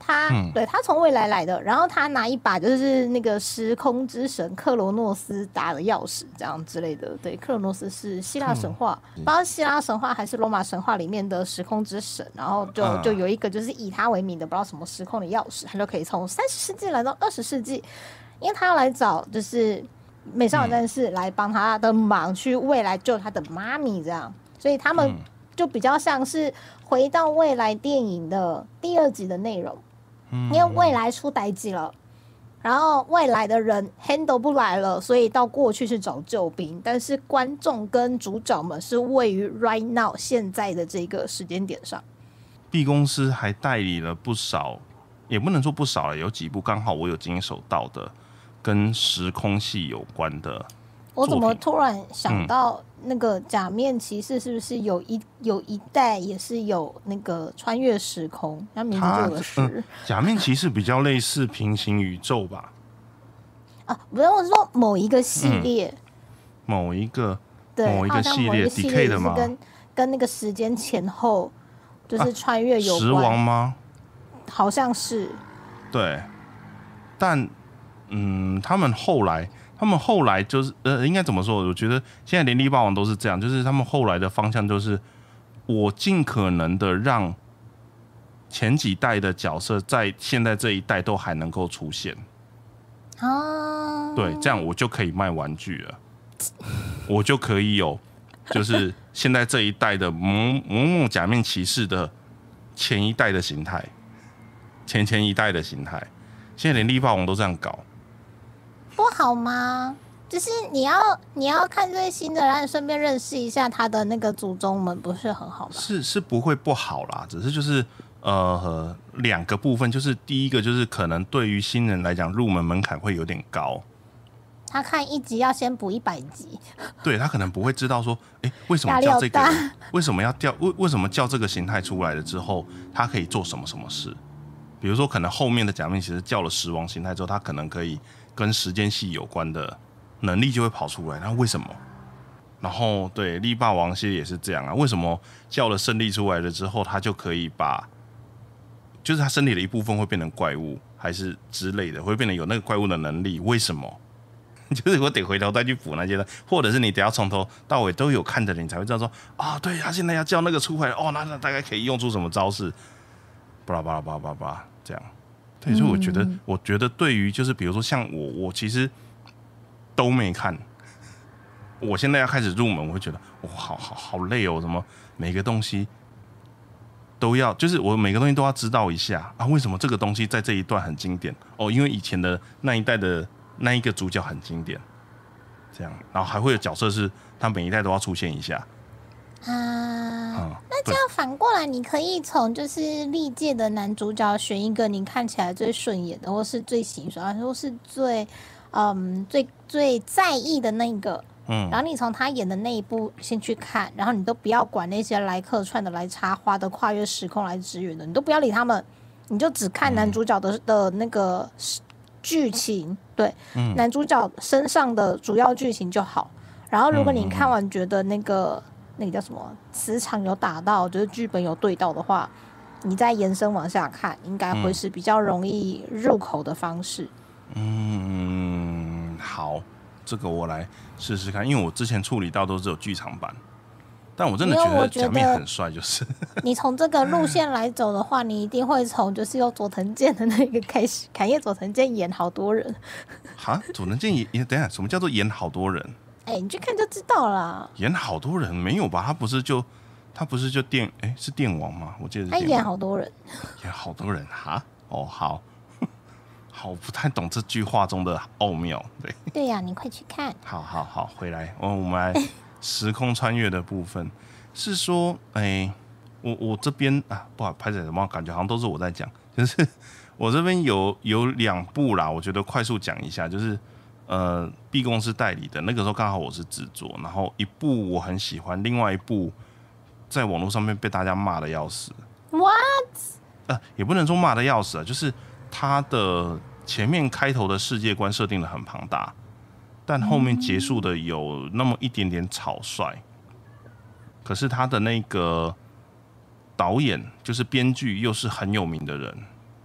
他、嗯、对他从未来来的，然后他拿一把就是那个时空之神克罗诺斯打的钥匙，这样之类的。对，克罗诺斯是希腊神话，嗯、不知道希腊神话还是罗马神话里面的时空之神，然后就、嗯、就有一个就是以他为名的不知道什么时空的钥匙，他就可以从三十世纪来到二十世纪，因为他要来找就是美少女战士来帮他的忙，去未来救他的妈咪，这样，所以他们就比较像是回到未来电影的第二集的内容。因为未来出代誌了，然后未来的人 handle 不来了，所以到过去去找救兵，但是观众跟主角们是位于 right now 现在的这个时间点上。 B 公司还代理了不少，也不能说不少了，有几部刚好我有经手到的跟时空系有关的。 我怎么突然想到那个假面骑士是不是有一有一代也是有那个穿越时空，它名字就有个时、嗯、 假面骑士比较类似平行宇宙吧？ 啊，不是，我是说某一个系列，嗯、 某一个对， 某一个系列 D K 的吗？ 跟跟那个时间前后就是穿越有关。 时、啊、王吗？ 好像是。 对，但嗯，他们后来。他们后来就是呃，应该怎么说？我觉得现在联力霸王都是这样，就是他们后来的方向就是，我尽可能的让前几代的角色在现在这一代都还能够出现。 哦， 对，这样我就可以卖玩具了，我就可以有，就是现在这一代的某某某假面骑士的前一代的形态，前前一代的形态，现在联力霸王都这样搞。 不好吗？就是你要你要看最新的，然后顺便认识一下他的那个祖宗们，不是很好吗？ 是是不会不好啦，只是就是呃两个部分，就是第一个就是可能对于新人来讲入门门槛会有点高。 他看一集要先补一百集， 对他可能不会知道说，哎、欸，为什么叫这个人？为什么要叫为为什么叫这个形态出来了之后，他可以做什么什么事？比如说，可能后面的假面其实叫了时王形态之后，他可能可以跟时间系有关的能力就会跑出来。那为什么？然后对力霸王系列也是这样啊。为什么叫了胜利出来了之后，他就可以把，就是他身体的一部分会变成怪物，还是之类的，会变成有那个怪物的能力？为什么？就是我得回头再去补那些的，或者是你得要从头到尾都有看的人，你才会知道说，啊、哦，对他现在要叫那个出来，哦，那那大概可以用出什么招式？巴拉巴拉巴拉巴拉这样，对，所以我觉得，嗯、我觉得对于就是比如说像我，我其实都没看，我现在要开始入门，我会觉得哇，好好好累哦，什么每个东西都要，就是我每个东西都要知道一下啊，为什么这个东西在这一段很经典哦？因为以前的那一代的那一个主角很经典，这样，然后还会有角色是他每一代都要出现一下。 啊、嗯，那这样反过来，你可以从就是历届的男主角选一个你看起来最顺眼的，或是最喜欢，或是最嗯最最在意的那一个，嗯，然后你从他演的那一部先去看，然后你都不要管那些来客串的、来插花的、跨越时空来支援的，你都不要理他们，你就只看男主角的、嗯、的那个剧情，对、嗯，男主角身上的主要剧情就好。然后如果你看完觉得那个。那个叫什么？磁场有打到，就是剧本有对到的话，你再延伸往下看，应该会是比较容易入口的方式。 嗯，好，这个我来试试看，因为我之前处理到都是有剧场版，但我真的觉得假面很帅，就是你从这个路线来走的话，你一定会从就是由佐藤健的那个开始，砍叶佐藤健演好多人。 哈，佐藤健演，等一下，什么叫做演好多人？ 哎、欸，你去看就知道了。 演好多人没有吧？他不是就他不是就电哎、欸、是电王吗？我记得是电王。 他演好多人， 演好多人哈。哦，好，好，不太懂这句话中的奥妙。对对呀、啊，你快去看。 好好好，回来，哦、我们来时空穿越的部分是说，哎、欸，我我这边啊，不好拍成什么感觉好像都是我在讲，就是我这边有有两部啦，我觉得快速讲一下，就是。呃 ，B 公司代理的那个时候刚好我是制作，然后一部我很喜欢，另外一部在网络上面被大家骂的要死。 What？ 呃，也不能说骂的要死啊，就是它的前面开头的世界观设定的很庞大，但后面结束的有那么一点点草率。可是他的那个导演就是编剧又是很有名的人，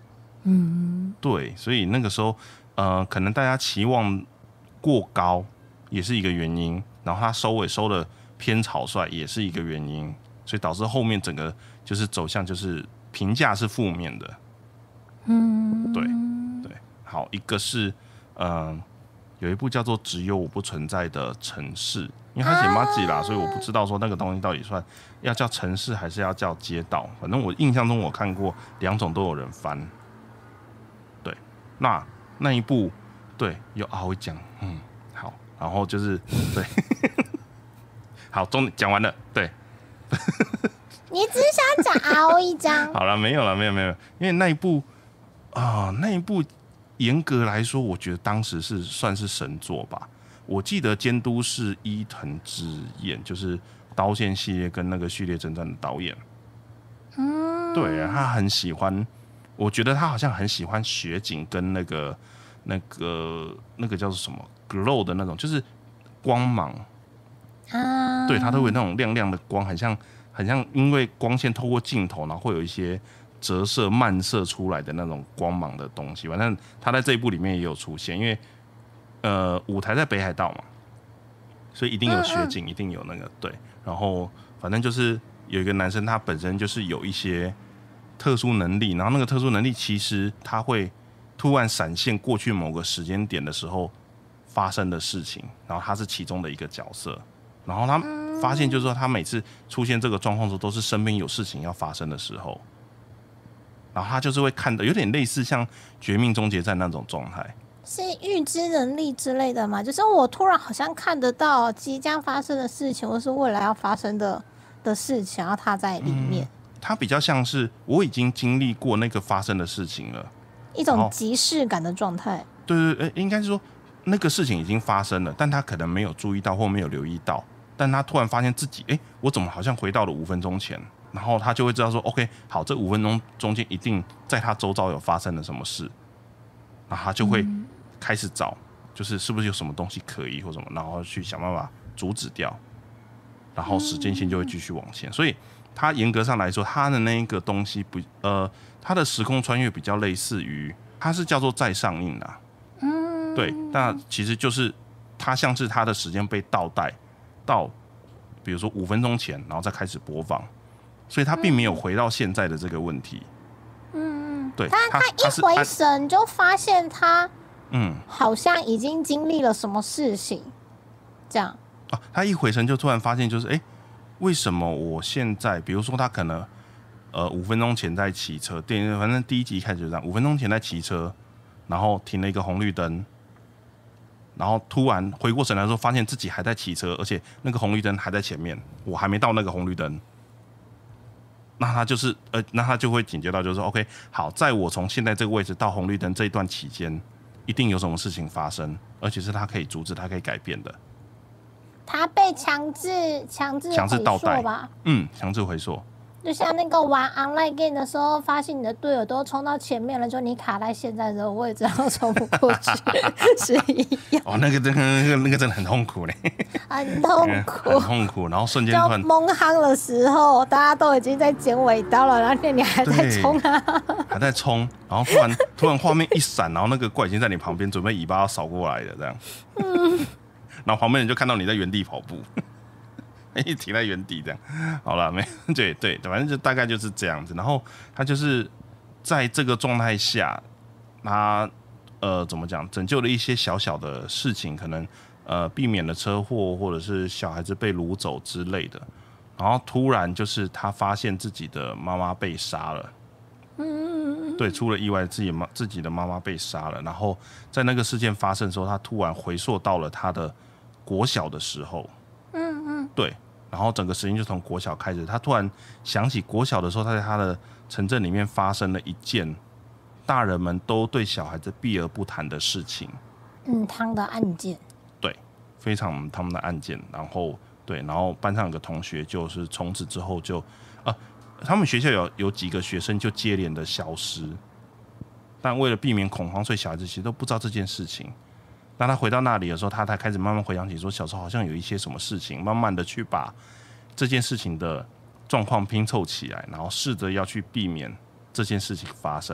嗯， 对，所以那个时候呃，可能大家期望过高也是一个原因，然后他收尾收的偏草率也是一个原因，所以导致后面整个就是走向就是评价是负面的。 嗯， 对对，好，一个是嗯、呃，有一部叫做《只有我不存在的城市》，因为他写马吉啦，所以我不知道说那个东西到底算要叫城市还是要叫街道。反正我印象中我看过两种都有人翻。对，那那一部对有啊，我讲嗯好，然后就是对，好，终讲完了，对。 你只想讲啊我一张。 好了，没有了，没有没有，因为那一部啊、呃，那一部严格来说，我觉得当时是算是神作吧。我记得监督是伊藤之彦，就是刀剑系列跟那个序列征战的导演。嗯，对，他很喜欢，我觉得他好像很喜欢雪景跟那个那个那个叫做什么 glow 的那种，就是光芒。啊，对，他都有那种亮亮的光，很像很像，因为光线透过镜头，然后会有一些折射、漫射出来的那种光芒的东西。反正他在这一部里面也有出现，因为呃舞台在北海道嘛，所以一定有雪景，一定有那个对。然后反正就是有一个男生，他本身就是有一些特殊能力，然后那个特殊能力其实他会突然闪现过去某个时间点的时候发生的事情，然后他是其中的一个角色。然后他发现，就是说，他每次出现这个状况的时候，都是身边有事情要发生的时候。然后他就是会看到，有点类似像《绝命终结战》那种状态， 是预知能力之类的吗？就是我突然好像看得到即将发生的事情，或是未来要发生的的事情，然后他在里面。 嗯，他比较像是我已经经历过那个发生的事情了， 一种即视感的状态。 对对对，应该是说那个事情已经发生了，但他可能没有注意到或没有留意到。但他突然发现自己，哎，我怎么好像回到了五分钟前？然后他就会知道说 ，OK， 好，这五分钟中间一定在他周遭有发生了什么事，然后他就会开始找，就是是不是有什么东西可疑或什么，然后去想办法阻止掉，然后时间线就会继续往前。所以他严格上来说，他的那一个东西不，呃，他的时空穿越比较类似于，它是叫做再上映啦，嗯，对，那其实就是它像是他的时间被倒带。到比如说五分钟前，然后再开始播放，所以他并没有回到现在的这个问题。嗯，对， 他他一回神就发现他，嗯，好像已经经历了什么事情，这样。 啊，他一回神就突然发现，就是哎、欸，为什么我现在，比如说他可能呃五分钟前在骑车，电影反正第一集开始就这样，五分钟前在骑车，然后停了一个红绿灯。然后突然回过神来的时候，发现自己还在骑车，而且那个红绿灯还在前面，我还没到那个红绿灯。那他就是呃，那他就会警觉到，就是说 OK， 好，在我从现在这个位置到红绿灯这一段期间，一定有什么事情发生，而且是他可以阻止、他可以改变的。 他被强制强制强制倒带吧？ 嗯，强制回溯。 就像那个玩 online game 的时候，发现你的队友都冲到前面了，就你卡在现在的位置，然后冲不过去，是一样。 哦，那个那个那个那个真的很痛苦嘞， 很痛苦， 很痛苦。然后瞬间突然蒙夯的时候，大家都已经在剪尾刀了，然后你还在冲啊， 还在冲，然后突然突然画面一闪，然后那个怪已经在你旁边，准备尾巴要扫过来了，这样。嗯。然后旁边人就看到你在原地跑步。一停在原地这样，好了没？对对，反正就大概就是这样子。然后他就是在这个状态下，他呃怎么讲，拯救了一些小小的事情，可能呃避免了车祸，或者是小孩子被掳走之类的。然后突然就是他发现自己的妈妈被杀了，嗯，对，出了意外，自己妈自己的妈妈被杀了。然后在那个事件发生的时候，他突然回溯到了他的国小的时候，嗯嗯，对。然后整个时间就从国小开始，他突然想起国小的时候，他在他的城镇里面发生了一件大人们都对小孩子避而不谈的事情。 嗯，汤的案件。 对，非常他们的案件。然后对，然后班上有个同学就是从此之后就，呃，他们学校有有几个学生就接连的消失，但为了避免恐慌，所以小孩子其实都不知道这件事情。当他回到那里的时候，他才开始慢慢回想起说，小时候好像有一些什么事情，慢慢的去把这件事情的状况拼凑起来，然后试着要去避免这件事情发生。然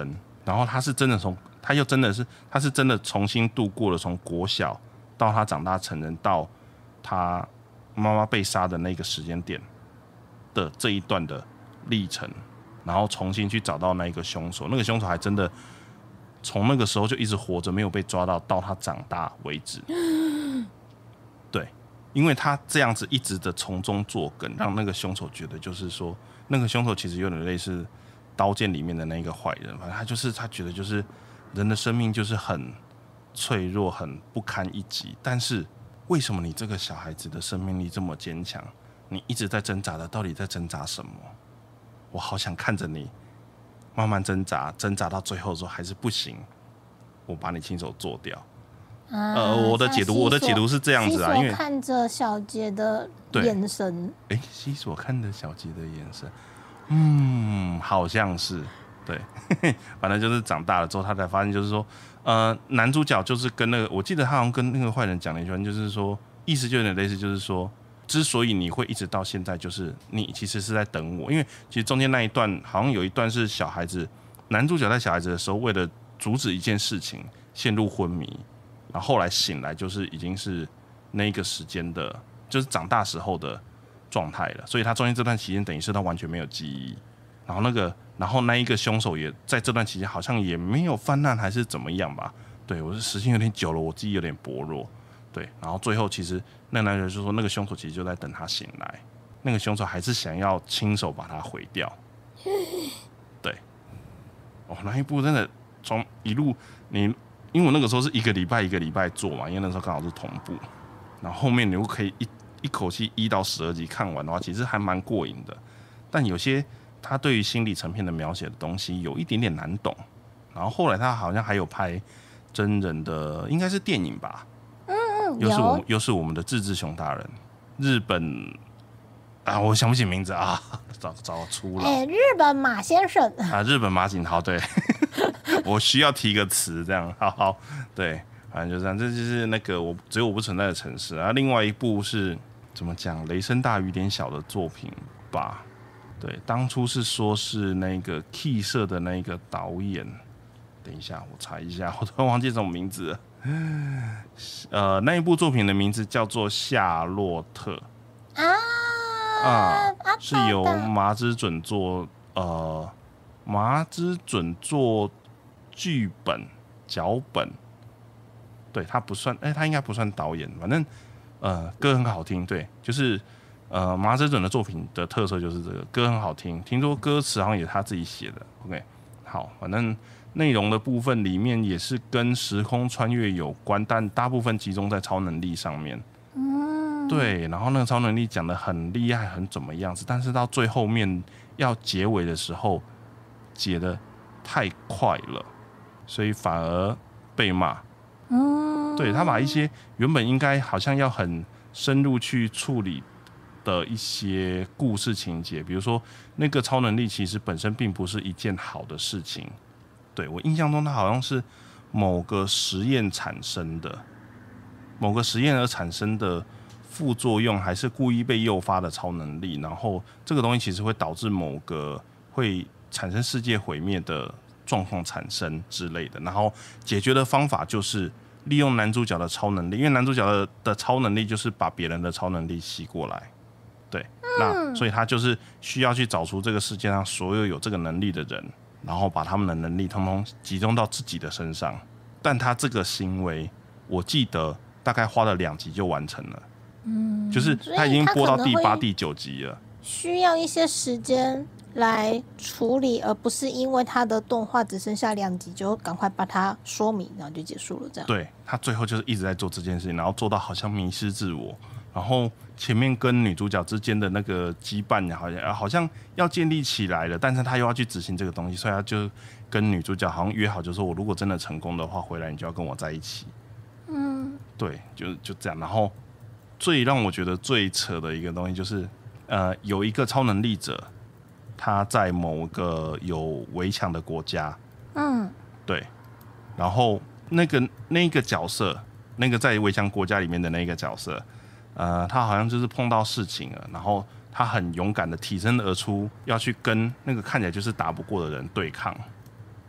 然后他是真的从，他又真的是，他是真的重新度过了从国小到他长大成人到他妈妈被杀的那个时间点的这一段的历程，然后重新去找到那一个凶手，那个凶手还真的从那个时候就一直活着，没有被抓到，到他长大为止。对，因为他这样子一直的从中作梗，让那个凶手觉得就是说，那个凶手其实有点类似刀剑里面的那个坏人，反正他就是他觉得就是人的生命就是很脆弱，很不堪一击，但是为什么你这个小孩子的生命力这么坚强？你一直在挣扎的，到底在挣扎什么？我好想看着你慢慢挣扎，挣扎到最后的时候还是不行，我把你亲手做掉。啊、呃，我的解读，我的解读是这样子啊，因为看着小杰的眼神， 哎、欸，西索看着小杰的眼神，嗯，好像是对，反正就是长大了之后，他才发现，就是说，呃，男主角就是跟那个，我记得他好像跟那个坏人讲了一句话，就是说，意思就有点类似，就是说。之所以你会一直到现在，就是你其实是在等我，因为其实中间那一段好像有一段是小孩子，男主角在小孩子的时候，为了阻止一件事情陷入昏迷，然后后来醒来就是已经是那个时间的，就是长大时候的状态了，所以他中间这段期间等于是他完全没有记忆，然后那个，然后那一个凶手也在这段期间好像也没有犯难还是怎么样吧？对，我是时间有点久了，我记忆有点薄弱。对，然后最后其实那男人就说，那个凶手其实就在等他醒来，那个凶手还是想要亲手把他毁掉。对，哦，那一部真的从一路你，因为我那个时候是一个礼拜一个礼拜做嘛，因为那时候刚好是同步，然后后面你又可以一一口气一到十二集看完的话，其实还蛮过瘾的。但有些他对于心理层面的描写的东西有一点点难懂，然后后来他好像还有拍真人的，应该是电影吧。又是我们又是我们的志志雄大人，日本啊，我想不起名字啊，找找出了。 哎、欸，日本马先生啊，日本马景涛，对，我需要提个词，这样，好好，对，反正就这样，这就是那个我只有我不存在的城市啊。另外一部是怎么讲，雷声大雨点小的作品吧？对，当初是说是那个 Key 社的那个导演，等一下我查一下，我突然忘记这种名字了。呃，那一部作品的名字叫做《夏洛特》 啊啊，是由麻之准做呃麻之准做剧本脚本，对他不算，哎、欸，他应该不算导演，反正呃歌很好听，对，就是呃麻之准的作品的特色就是这个歌很好听，听说歌词好像也是他自己写的 ，OK， 好，反正。内容的部分里面也是跟时空穿越有关，但大部分集中在超能力上面。嗯，对，然后那个超能力讲得很厉害，很怎么样子，但是到最后面要结尾的时候，结得太快了，所以反而被骂。嗯，对，他把一些原本应该好像要很深入去处理的一些故事情节，比如说那个超能力其实本身并不是一件好的事情。对，我印象中，它好像是某个实验产生的，某个实验而产生的副作用，还是故意被诱发的超能力。然后这个东西其实会导致某个会产生世界毁灭的状况产生之类的。然后解决的方法就是利用男主角的超能力，因为男主角 的, 的超能力就是把别人的超能力吸过来。对，那所以他就是需要去找出这个世界上所有有这个能力的人。然后把他们的能力通通集中到自己的身上，但他这个行为，我记得大概花了两集就完成了，嗯，就是他已经播到第八、第九集了， 需要一些时间来处理，而不是因为他的动画只剩下两集就赶快把它说明，然后就结束了这样。 对，他最后就是一直在做这件事情，然后做到好像迷失自我，然后前面跟女主角之间的那个羁绊好像好像要建立起来了，但是他又要去执行这个东西，所以他就跟女主角好像约好，就说我如果真的成功的话，回来你就要跟我在一起。嗯，对，就就这样。然后最让我觉得最扯的一个东西就是，呃，有一个超能力者，他在某个有围墙的国家，嗯，对，然后那个那个角色，那个在围墙国家里面的那个角色。呃，他好像就是碰到事情了，然后他很勇敢的挺身而出，要去跟那个看起来就是打不过的人对抗。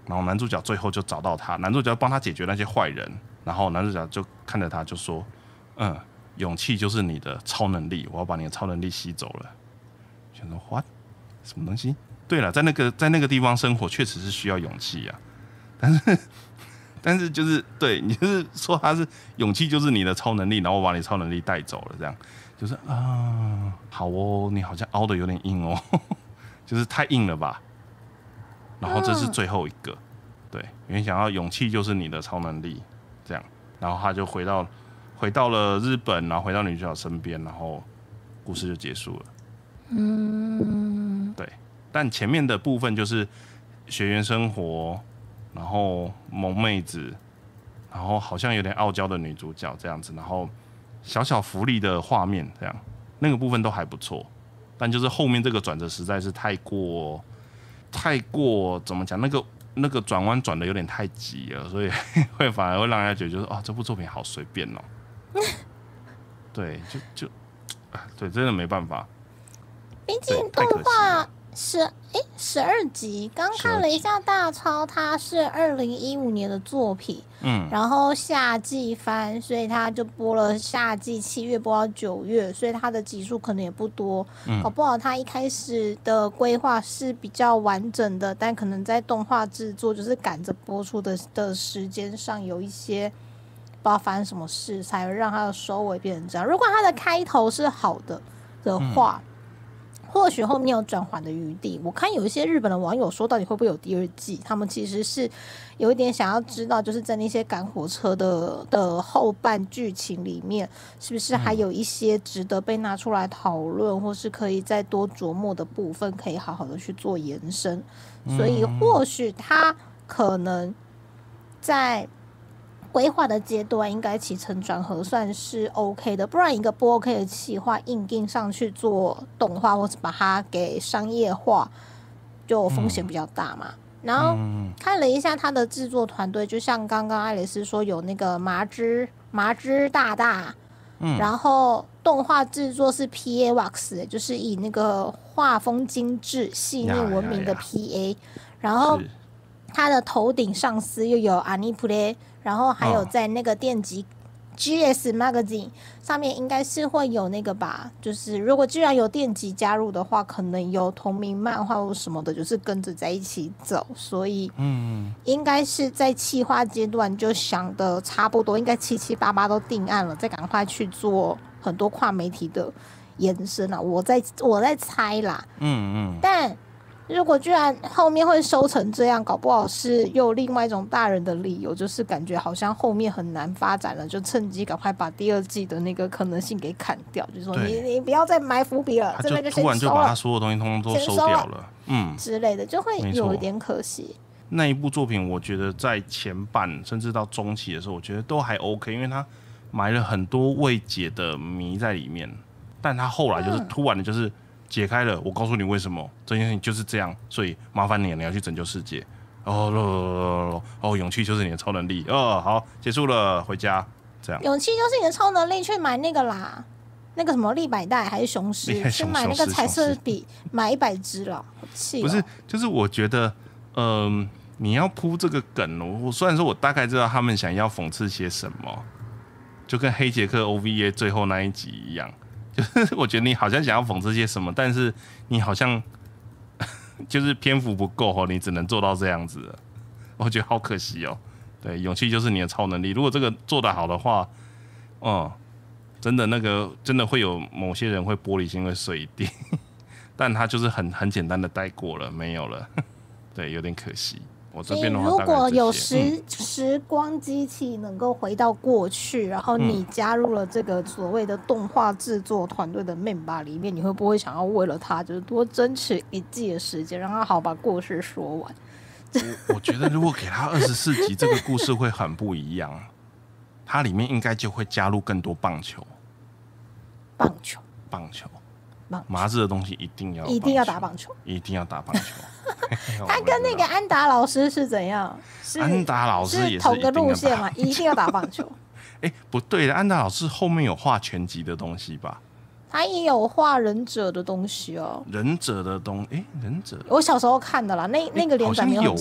然后男主角最后就找到他，男主角帮他解决那些坏人，然后男主角就看着他就说：“嗯，勇气就是你的超能力，我要把你的超能力吸走了。”想说 what 什么东西？对了，在那个在那个地方生活确实是需要勇气啊，但是但是就是对你就是说他是勇气就是你的超能力，然后我把你超能力带走了，这样就是啊，好哦，你好像凹的有点硬哦，就是太硬了吧。然后这是最后一个，对，因为想要勇气就是你的超能力，这样，然后他就回到回到了日本，然后回到女主角身边，然后故事就结束了。嗯，对，但前面的部分就是学园生活，然后萌妹子，然后好像有点傲娇的女主角这样子，然后小小福利的画面这样，那个部分都还不错，但就是后面这个转折实在是太过。太过怎么讲？那个那个转弯转的有点太急了，所以会反而会让人家觉得就是啊，这部作品好随便哦。对，就就啊，对，真的没办法。 毕竟动画十哎十二集，刚看了一下大超，它是二零一五年的作品，嗯，然后夏季番，所以它就播了夏季七月播到九月，所以它的集数可能也不多，嗯，搞不好它一开始的规划是比较完整的，但可能在动画制作就是赶着播出的的时间上有一些不知道发生什么事，才会让它的收尾变成这样。如果它的开头是好的的话，嗯，或许后面有转圜的余地。我看有一些日本的网友说，到底会不会有第二季？他们其实是有一点想要知道，就是在那些赶火车的的后半剧情里面，是不是还有一些值得被拿出来讨论，或是可以再多琢磨的部分，可以好好的去做延伸。所以或许他可能在规划的阶段应该起承转合算是 OK 的，不然一个不 OK 的企划硬硬上去做动画或者把它给商业化，就风险比较大嘛。嗯、然后看了一下他的制作团队，就像刚刚爱蕾丝说有那个麻枝麻枝大大，嗯，然后动画制作是 P A Wax， 就是以那个画风精致、细腻闻名的 P A， 然后他的头顶上司又有 Anipure。然后还有在那个电击 G S Magazine 上面应该是会有那个吧，就是如果既然有电击加入的话，可能有同名漫画或什么的，就是跟着在一起走，所以嗯，应该是在企划阶段就想的差不多，应该七七八八都定案了，再赶快去做很多跨媒体的延伸啊，我在我在猜啦，嗯嗯，但。如果居然后面会收成这样，搞不好是又有另外一种大人的理由，就是感觉好像后面很难发展了，就趁机赶快把第二季的那个可能性给砍掉，就是说你你不要再埋伏笔了，这边就突然就把他所有东西通通都收掉了，嗯之类的，就会有一点可惜。 那一部作品，我觉得在前半甚至到中期的时候，我觉得都还 OK， 因为他埋了很多未解的谜在里面，但他后来就是突然的就是。嗯解开了，我告诉你为什么这件事情就是这样，所以麻烦你，你要去拯救世界。哦哦，勇气就是你的超能力。哦，好，结束了，回家。这样， 勇气就是你的超能力，去买那个啦，那个什么立百代还是雄狮，去买那个彩色笔，买一百支了，好气、哦。 不是，就是我觉得，嗯、呃，你要铺这个梗，我虽然说我大概知道他们想要讽刺些什么，就跟黑杰克 O V A 最后那一集一样。就是我觉得你好像想要讽刺些什么，但是你好像就是篇幅不够哦，你只能做到这样子了，我觉得好可惜哦。对，勇气就是你的超能力。如果这个做得好的话，嗯，真的那个真的会有某些人会玻璃心会碎一地，但他就是很很简单的带过了，没有了，对，有点可惜。我这边的话， 如果有时、嗯、时光机器能够回到过去，然后你加入了这个所谓的动画制作团队的 member 里面，你会不会想要为了他，就是多争取一季的时间，让他好把故事说完？ 我我觉得如果给他二十四集，这个故事会很不一样。它里面应该就会加入更多棒球， 棒球， 棒球。麻子的东西一定要一定要打棒球， 一定要打棒球。 他跟那个安达老师是怎样？是安达老师也是同个路线嘛，一定要打棒球。 哎、欸，不对的，安达老师后面有画全集的东西吧？ 他也有画忍者的东西哦。 忍者的东，哎、欸，忍者， 我小时候看的啦，那那个连载没有很长、欸。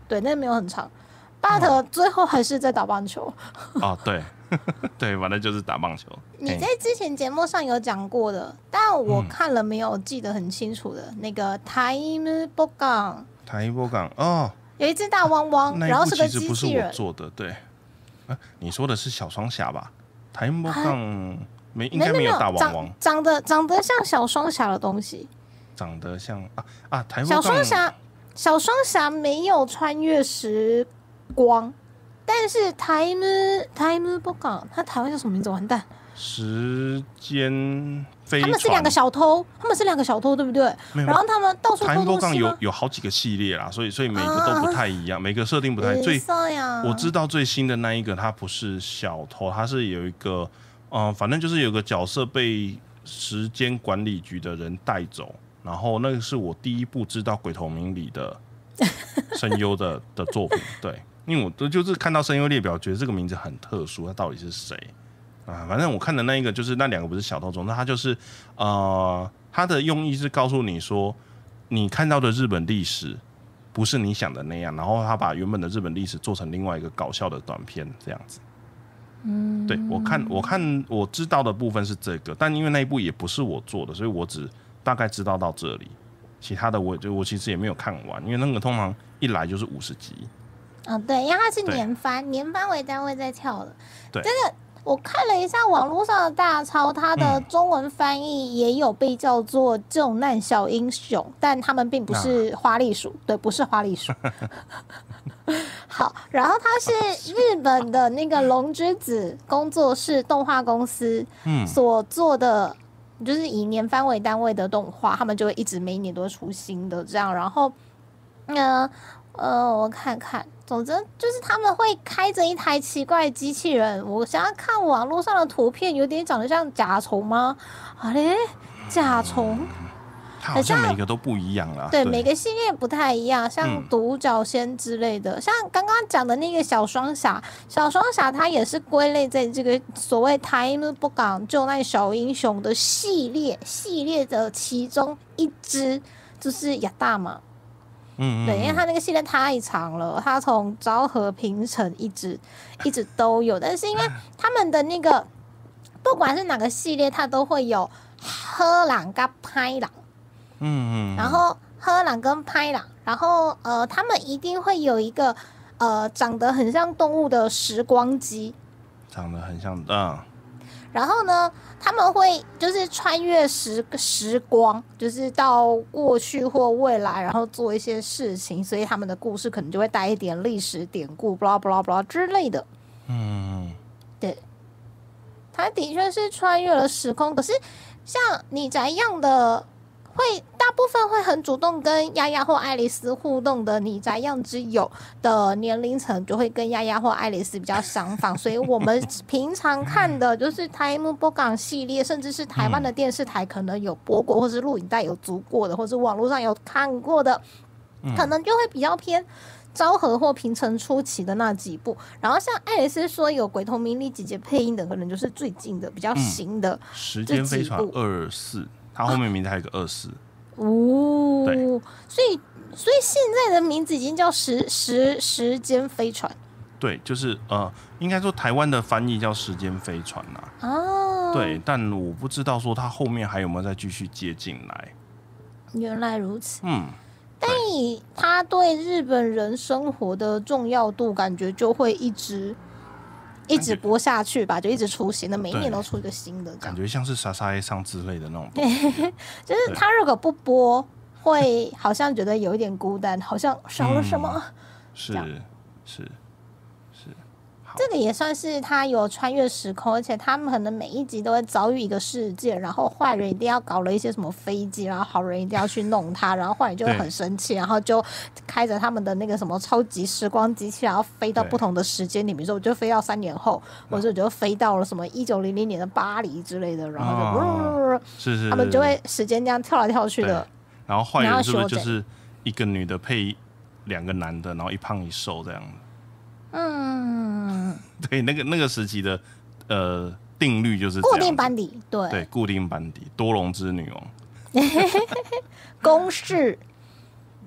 对，那没有很长。but 最后还是在打棒球。 哦，对，对，反正就是打棒球。 你在之前节目上有讲过的，但我看了没有记得很清楚的、嗯、那个タイムボカン。 タイムボカン哦， 有一只大汪汪，然后是个机器人。 那一部其实不是我做的，对。啊、你说的是小双侠吧？タイムボカン没应该没有大汪汪， 长得长得像小双侠的东西。 长得像啊啊，タイムボカン小双侠小双侠没有穿越时光，但是タイムタイムボカン，它台湾叫什么名字？完蛋！ 时间飞船， 他们是两个小偷，他们是两个小偷，对不对？然后他们到处偷东西。 有有好几个系列啦，所以所以每个都不太一样，啊、每个设定不太一样。最我知道最新的那一个，它不是小偷，它是有一个，嗯、呃，反正就是有个角色被时间管理局的人带走，然后那个是我第一部知道鬼头明里的声优的的作品，对，因为我就是看到声优列表，觉得这个名字很特殊，他到底是谁？啊，反正我看的那一个就是那两个不是小偷中，那他就是呃，他的用意是告诉你说，你看到的日本历史不是你想的那样，然后他把原本的日本历史做成另外一个搞笑的短片这样子。嗯，对我看我看我知道的部分是这个，但因为那一部也不是我做的，所以我只大概知道到这里，其他的我就我其实也没有看完，因为那个通常一来就是五十集。 嗯、哦，对，因为它是年番，年番为单位在跳的。 对， 这个。我看了一下网络上的大抄，它的中文翻译也有被叫做救难小英雄，但他们并不是花栗鼠，对，不是花栗鼠。好，然后它是日本的那个龙之子工作室动画公司所做的，就是以年番为单位的动画，他们就会一直每一年都会出新的这样，然后，呃呃，我看看。总之就是他们会开着一台奇怪的机器人，我想要看网络上的图片，有点长得像甲虫吗？啊嘞，甲虫， 它好像每个都不一样啦。 对，对每个系列不太一样，像独角仙之类的，嗯、像刚刚讲的那个小双侠，小双侠它也是归类在这个所谓タイムボカン救难小英雄的系列系列的其中一只，就是亚大嘛。 嗯， 对，因为它那个系列太长了，它从昭和平成一直一直都有，但是因为他们的那个不管是哪个系列，它都会有喝狼跟拍狼， 嗯嗯， 然后喝狼跟拍狼，然后呃，他们一定会有一个呃长得很像动物的时光机， 长得很像嗯。 然后呢，他们会就是穿越时时光，就是到过去或未来，然后做一些事情，所以他们的故事可能就会带一点历史典故，blah blah blah 之类的。 嗯， 对，他的确是穿越了时空，可是像你宅一样的。会大部分会很主动跟丫丫或爱丽丝互动的你宅样之友的年龄层就会跟丫丫或爱丽丝比较相仿，所以我们平常看的就是タイムボカン系列，甚至是台湾的电视台可能有播过，或是录影带有租过的，或是网络上有看过的，可能就会比较偏昭和或平成初期的那几部。然后像爱丽丝说有鬼头明里姐姐配音的，可能就是最近的比较新的、嗯、 时间飞船二四。它后面名字还有个二四哦，对，所以所以现在的名字已经叫时时时间飞船， 对，就是呃，应该说台湾的翻译叫时间飞船啦、 啊，哦， 对，但我不知道说它后面还有没有再继续接进来。 原来如此， 嗯， 但以它对日本人生活的重要度，感觉就会一直。一直播下去吧，就一直出新的，每一年都出一个新的， 感觉像是莎莎 A 上之类的那种。 就是他如果不播，会好像觉得有一点孤单，好像少了什么。 嗯、是是是， 这个也算是他有穿越时空，而且他们可能每一集都会遭遇一个事件，然后坏人一定要搞了一些什么飞机，然后好人一定要去弄他，然后坏人就会很生气，然后就开着他们的那个什么超级时光机器，然后飞到不同的时间里，比如说我就飞到三年后，或者我就飞到了什么一九零零年的巴黎之类的，然后就、 哦、是是， 他们就会时间这样跳来跳去的。 然后坏人是不是就是一个女的配两个男的，然后一胖一瘦这样？ 嗯， 对，那个那个时期的呃定律就是这样， 固定班底，对对，固定班底，多龙之女王， 公式，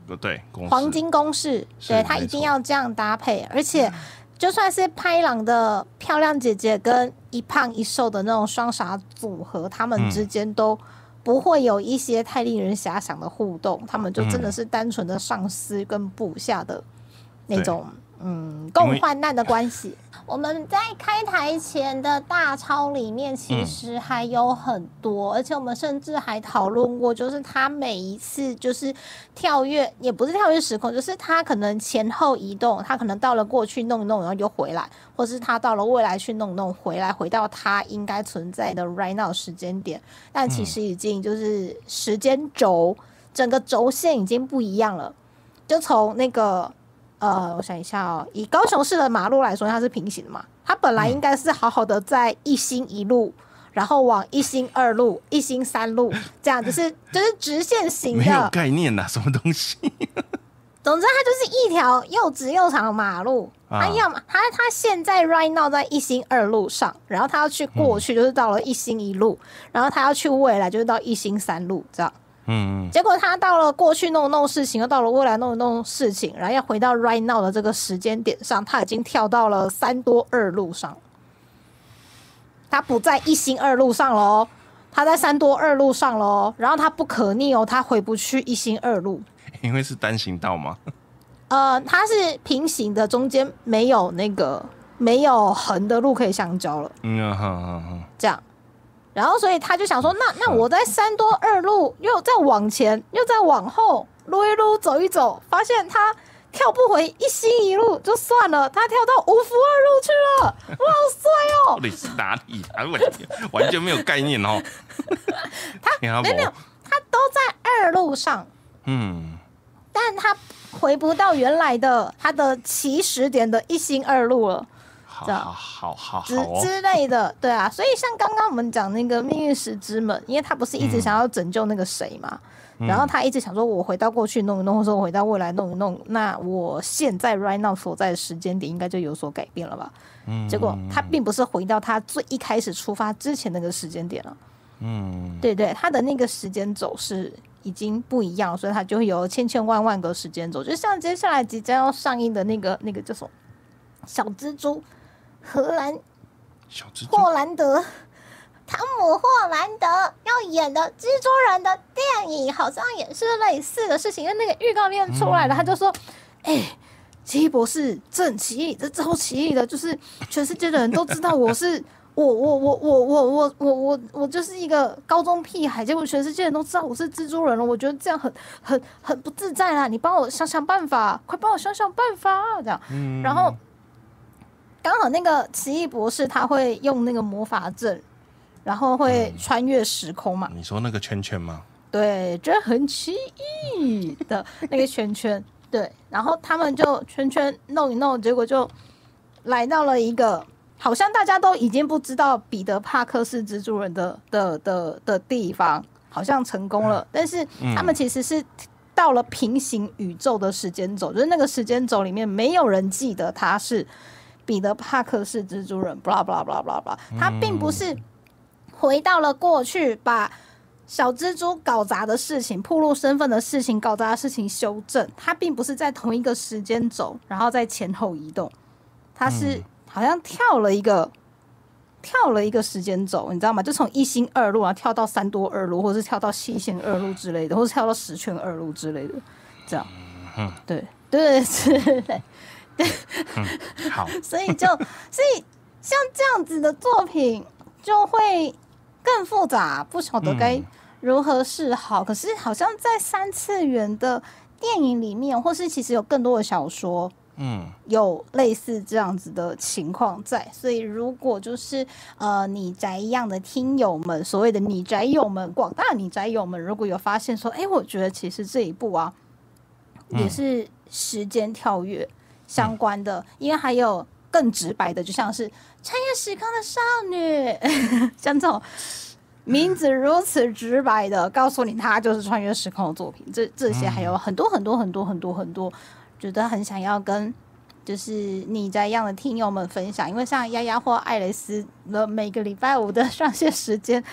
对黄金公式，对，他一定要这样搭配，而且就算是拍郎的漂亮姐姐跟一胖一瘦的那种双傻组合，他们之间都不会有一些太令人遐想的互动，他们就真的是单纯的上司跟部下的那种嗯共患难的关系。我们在开台前的大超里面其实还有很多、嗯、而且我们甚至还讨论过，就是他每一次就是跳跃，也不是跳跃时空，就是他可能前后移动，他可能到了过去弄一弄然后又回来，或是他到了未来去弄一弄回来，回到他应该存在的 right now 时间点，但其实已经就是时间轴、嗯、整个轴线已经不一样了，就从那个呃，我想一下哦，以高雄市的马路来说，它是平行的嘛？它本来应该是好好的在一心一路，然后往一心二路、一心三路这样，就是就是直线型的， 没有概念呐、啊，什么东西？ 总之，它就是一条又直又长的马路。它、啊、要它它现在 right now 在一心二路上，然后它要去过去就是到了一心一路，嗯、然后它要去未来就是到一心三路这样。嗯，结果他到了过去弄弄事情，又到了未来弄弄事情，然后要回到 right now 的这个时间点上，他已经跳到了三多二路上，他不在一心二路上咯，他在三多二路上咯，然后他不可逆哦，他回不去一心二路， 因为是单行道吗？ 呃，它是平行的，中间没有那个没有横的路可以相交了，嗯，好好好，这样。然后，所以他就想说，那那我在三多二路又再往前，又再往后撸一撸，走一走，发现他跳不回一心一路，就算了，他跳到五福二路去了，我好衰哦！ 到底是哪里啊？完全没有概念哦。 他没有没有，他都在二路上，嗯，但他回不到原来的他的起始点的一心二路了。 好好好好之之类的，对啊，所以像刚刚我们讲那个命运石之门，因为他不是一直想要拯救那个谁嘛、嗯，然后他一直想说，我回到过去弄一弄，或者我回到未来弄一弄，那我现在 right now 所在的时间点应该就有所改变了吧？嗯，结果他并不是回到他最一开始出发之前那个时间点了，嗯，对对，他的那个时间轴是已经不一样，所以他就会有千千万万个时间轴，就像接下来即将要上映的那个那个叫什么小蜘蛛。荷兰小蜘蛛霍兰德汤姆霍兰德要演的蜘蛛人的电影好像也是类似的事情，因为那个预告片出来了、嗯、他就说哎、欸，奇异博士正奇异，这超奇异的，就是全世界的人都知道我是我我我我我我我我我就是一个高中屁孩，结果全世界人都知道我是蜘蛛人了，我觉得这样很很很不自在啦，你帮我想想办法，快帮我想想办法这样、嗯、然后刚好那个奇异博士他会用那个魔法阵，然后会穿越时空嘛、 嗯、你说那个圈圈吗？ 对，这很奇异的那个圈圈对，然后他们就圈圈弄一弄，结果就来到了一个好像大家都已经不知道彼得帕克是蜘蛛人的的的的地方，好像成功了、嗯、但是他们其实是到了平行宇宙的时间轴、嗯、就是那个时间轴里面没有人记得他是彼得帕克是蜘蛛人 blah blah blah blah blah， 他并不是回到了过去把小蜘蛛搞砸的事情、暴露身份的事情、搞砸的事情修正，他并不是在同一个时间轴然后在前后移动，他是好像跳了一个、嗯、跳了一个时间轴，你知道吗？就從一星二路然後跳到三多二路，或是跳到七星二路之类的，或是跳到十圈二路之类的，这样，嗯，对对之类。 嗯、好， 所以就所以像这样子的作品就会更复杂，不晓得该如何是好、嗯、可是好像在三次元的电影里面，或是其实有更多的小说嗯，有类似这样子的情况在，所以如果就是呃你宅一样的听友们，所谓的你宅友们，广大你宅友们，如果有发现说，哎，我觉得其实这一部啊、嗯、也是时间跳跃相关的、嗯、因为还有更直白的，就像是穿越时空的少女像这种名字如此直白的告诉你它就是穿越时空的作品，这这些还有很多很多很多很多很多觉得很想要跟就是你在一样的听友们分享，因为像丫丫或艾蕾丝的每个礼拜五的上线时间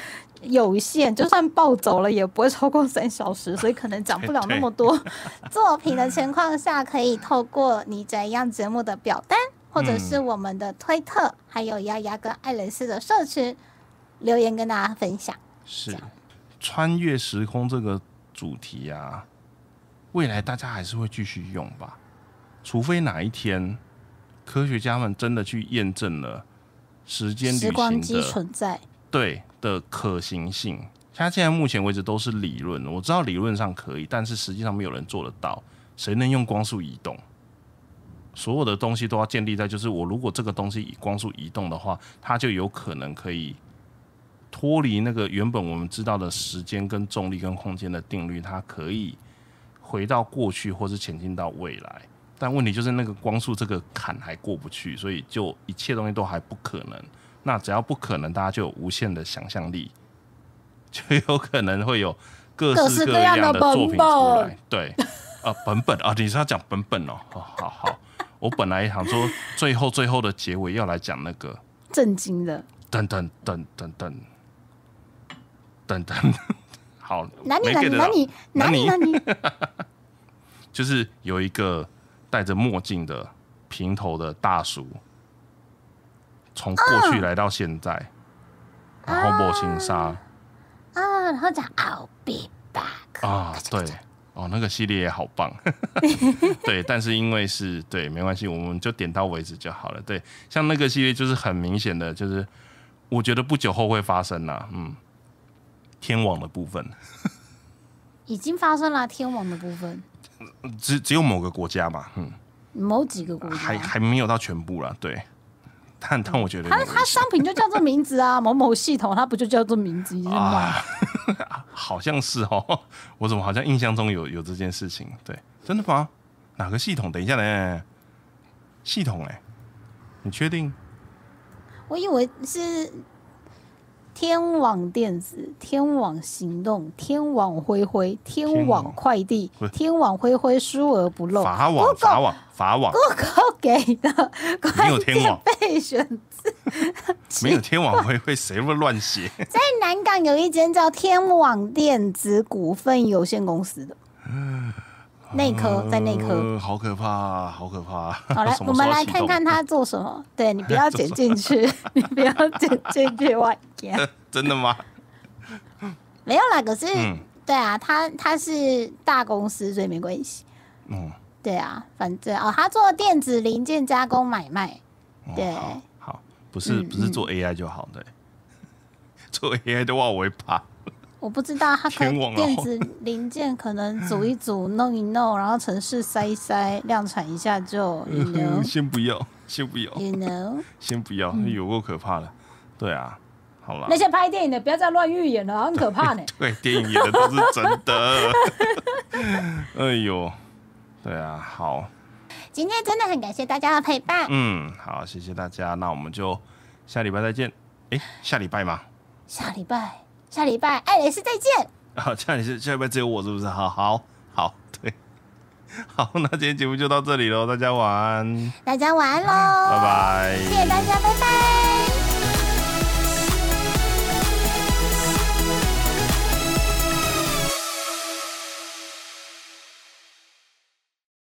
有限，就算抱走了也不会超过三小时，所以可能讲不了那么多作品的情况下，可以透过你怎样节目的表单，或者是我们的推特，嗯、还有丫丫跟艾蕾丝的社群留言跟大家分享。 是穿越时空这个主题啊，未来大家还是会继续用吧，除非哪一天科学家们真的去验证了时间旅行的时光机存在， 对的可行性。它现在目前为止都是理论，我知道理论上可以，但是实际上没有人做得到。谁能用光速移动？所有的东西都要建立在，就是我如果这个东西以光速移动的话，它就有可能可以脱离那个原本我们知道的时间跟重力跟空间的定律，它可以回到过去或是前进到未来。但问题就是那个光速这个坎还过不去，所以就一切东西都还不可能。那只要不可能，大家就有无限的想象力，就有可能会有各式各样的作品出来。对，呃，本本啊，你是要讲本本哦？哦，好好，我本来想说最后最后的结尾要来讲那个震惊的， 等等等等等等等，好， 哪里哪里哪里哪里哪里， 就是有一个戴着墨镜的平头的大叔，从过去来到现在，啊、然后摸轻纱啊，然后讲 I'll be back 啊，对，哦，那个系列也好棒，对，但是因为是对，没关系，我们就点到为止就好了。对，像那个系列就是很明显的，就是我觉得不久后会发生啦，嗯，天网的部分已经发生了，天网的部分。 只只有某个国家嘛，嗯， 某几个国家还还没有到全部啦，对。但但我觉得它它商品就叫做名字啊，某某系统它不就叫做名字，已经卖、啊， 好像是哦，我怎么好像印象中有有这件事情？对，真的吗？哪个系统？等一下呢？系统哎、欸，你确定？ 我以为是天网电子、天网行动、天网恢恢、天网快递、天网恢恢，疏而不漏。 法网、法网、法网。 Google 给的关键备选字， 没有天网恢恢，谁会乱写？ 在南港有一间叫天网电子股份有限公司的。内科在内科、 呃，好可怕，好可怕。 好来，我们来看看他做什么。对你不要剪进去，你不要剪进去，我天！ 真的吗？ 没有啦，可是、嗯、对啊，他他是大公司，所以没关系。嗯，对啊，反正哦，他做电子零件加工买卖。对， 哦、好, 好，不是、嗯、不是做 A I 就好，对。做 A I 的话，我会怕。 我不知道，他可能电子零件可能组一组、弄一弄，然后程式塞一塞，量产一下就 you know 先不要，先不要 ，you know 先不要，嗯、有够可怕的。对啊，好了， 那些拍电影的不要再乱预演了，很可怕呢。 对，电影演的都是真的。哎呦，对啊，好。 今天真的很感谢大家的陪伴。 嗯，好，谢谢大家，那我们就下礼拜再见。哎，下礼拜吗？ 下礼拜。下礼拜，艾蕾丝再见。 啊，下礼拜下礼拜只有我是不是？好好好，对，好，那今天节目就到这里喽，大家晚安。 大家晚安喽， 拜拜， 谢谢大家，拜拜。